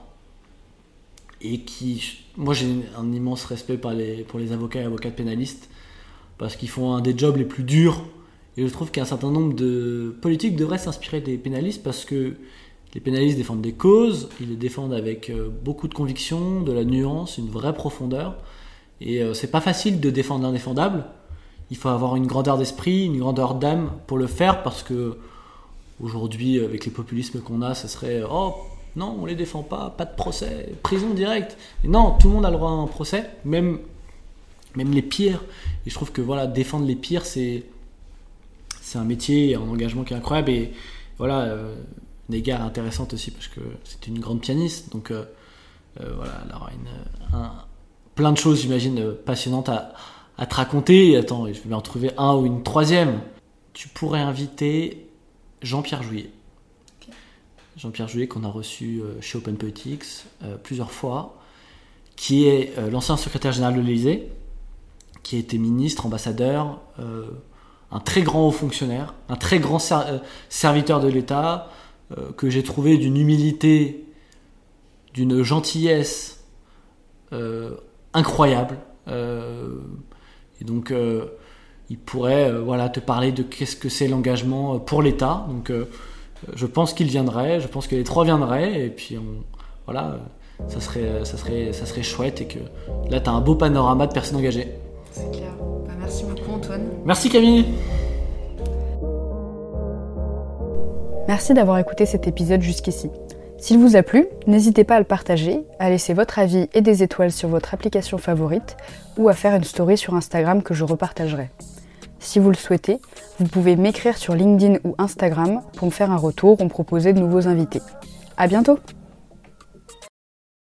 et qui, moi j'ai un immense respect pour les, pour les avocats et avocates pénalistes parce qu'ils font un des jobs les plus durs et je trouve qu'un certain nombre de politiques devraient s'inspirer des pénalistes parce que les pénalistes défendent des causes, ils les défendent avec beaucoup de conviction, de la nuance, une vraie profondeur et euh, c'est pas facile de défendre l'indéfendable. Il faut avoir une grandeur d'esprit, une grandeur d'âme pour le faire parce que aujourd'hui, avec les populismes qu'on a, ce serait « Oh, non, on les défend pas, pas de procès, prison directe ». Et non, tout le monde a le droit à un procès, même, même les pires. Et je trouve que voilà, défendre les pires, c'est, c'est un métier et un engagement qui est incroyable. Et voilà, euh, Negar est intéressante aussi parce que c'est une grande pianiste. Donc euh, euh, voilà, elle aura une, un, plein de choses, j'imagine, passionnantes à à te raconter. Attends, je vais en trouver un ou une troisième. Tu pourrais inviter Jean-Pierre Jouyet. Okay. Jean-Pierre Jouyet qu'on a reçu chez Open Politics euh, plusieurs fois, qui est euh, l'ancien secrétaire général de l'Élysée, qui a été ministre, ambassadeur, euh, un très grand haut fonctionnaire, un très grand ser- euh, serviteur de l'État, euh, que j'ai trouvé d'une humilité, d'une gentillesse euh, incroyable. Euh, Et donc, euh, il pourrait euh, voilà, te parler de qu'est-ce que c'est l'engagement pour l'État. Donc euh, je pense qu'il viendrait, je pense que les trois viendraient, et puis on, voilà, ça serait, ça, serait, ça serait chouette, et que là tu as un beau panorama de personnes engagées. C'est clair. Bah, merci beaucoup Antoine. Merci Camille. Merci d'avoir écouté cet épisode jusqu'ici. S'il vous a plu, n'hésitez pas à le partager, à laisser votre avis et des étoiles sur votre application favorite ou à faire une story sur Instagram que je repartagerai. Si vous le souhaitez, vous pouvez m'écrire sur LinkedIn ou Instagram pour me faire un retour ou me proposer de nouveaux invités. À bientôt!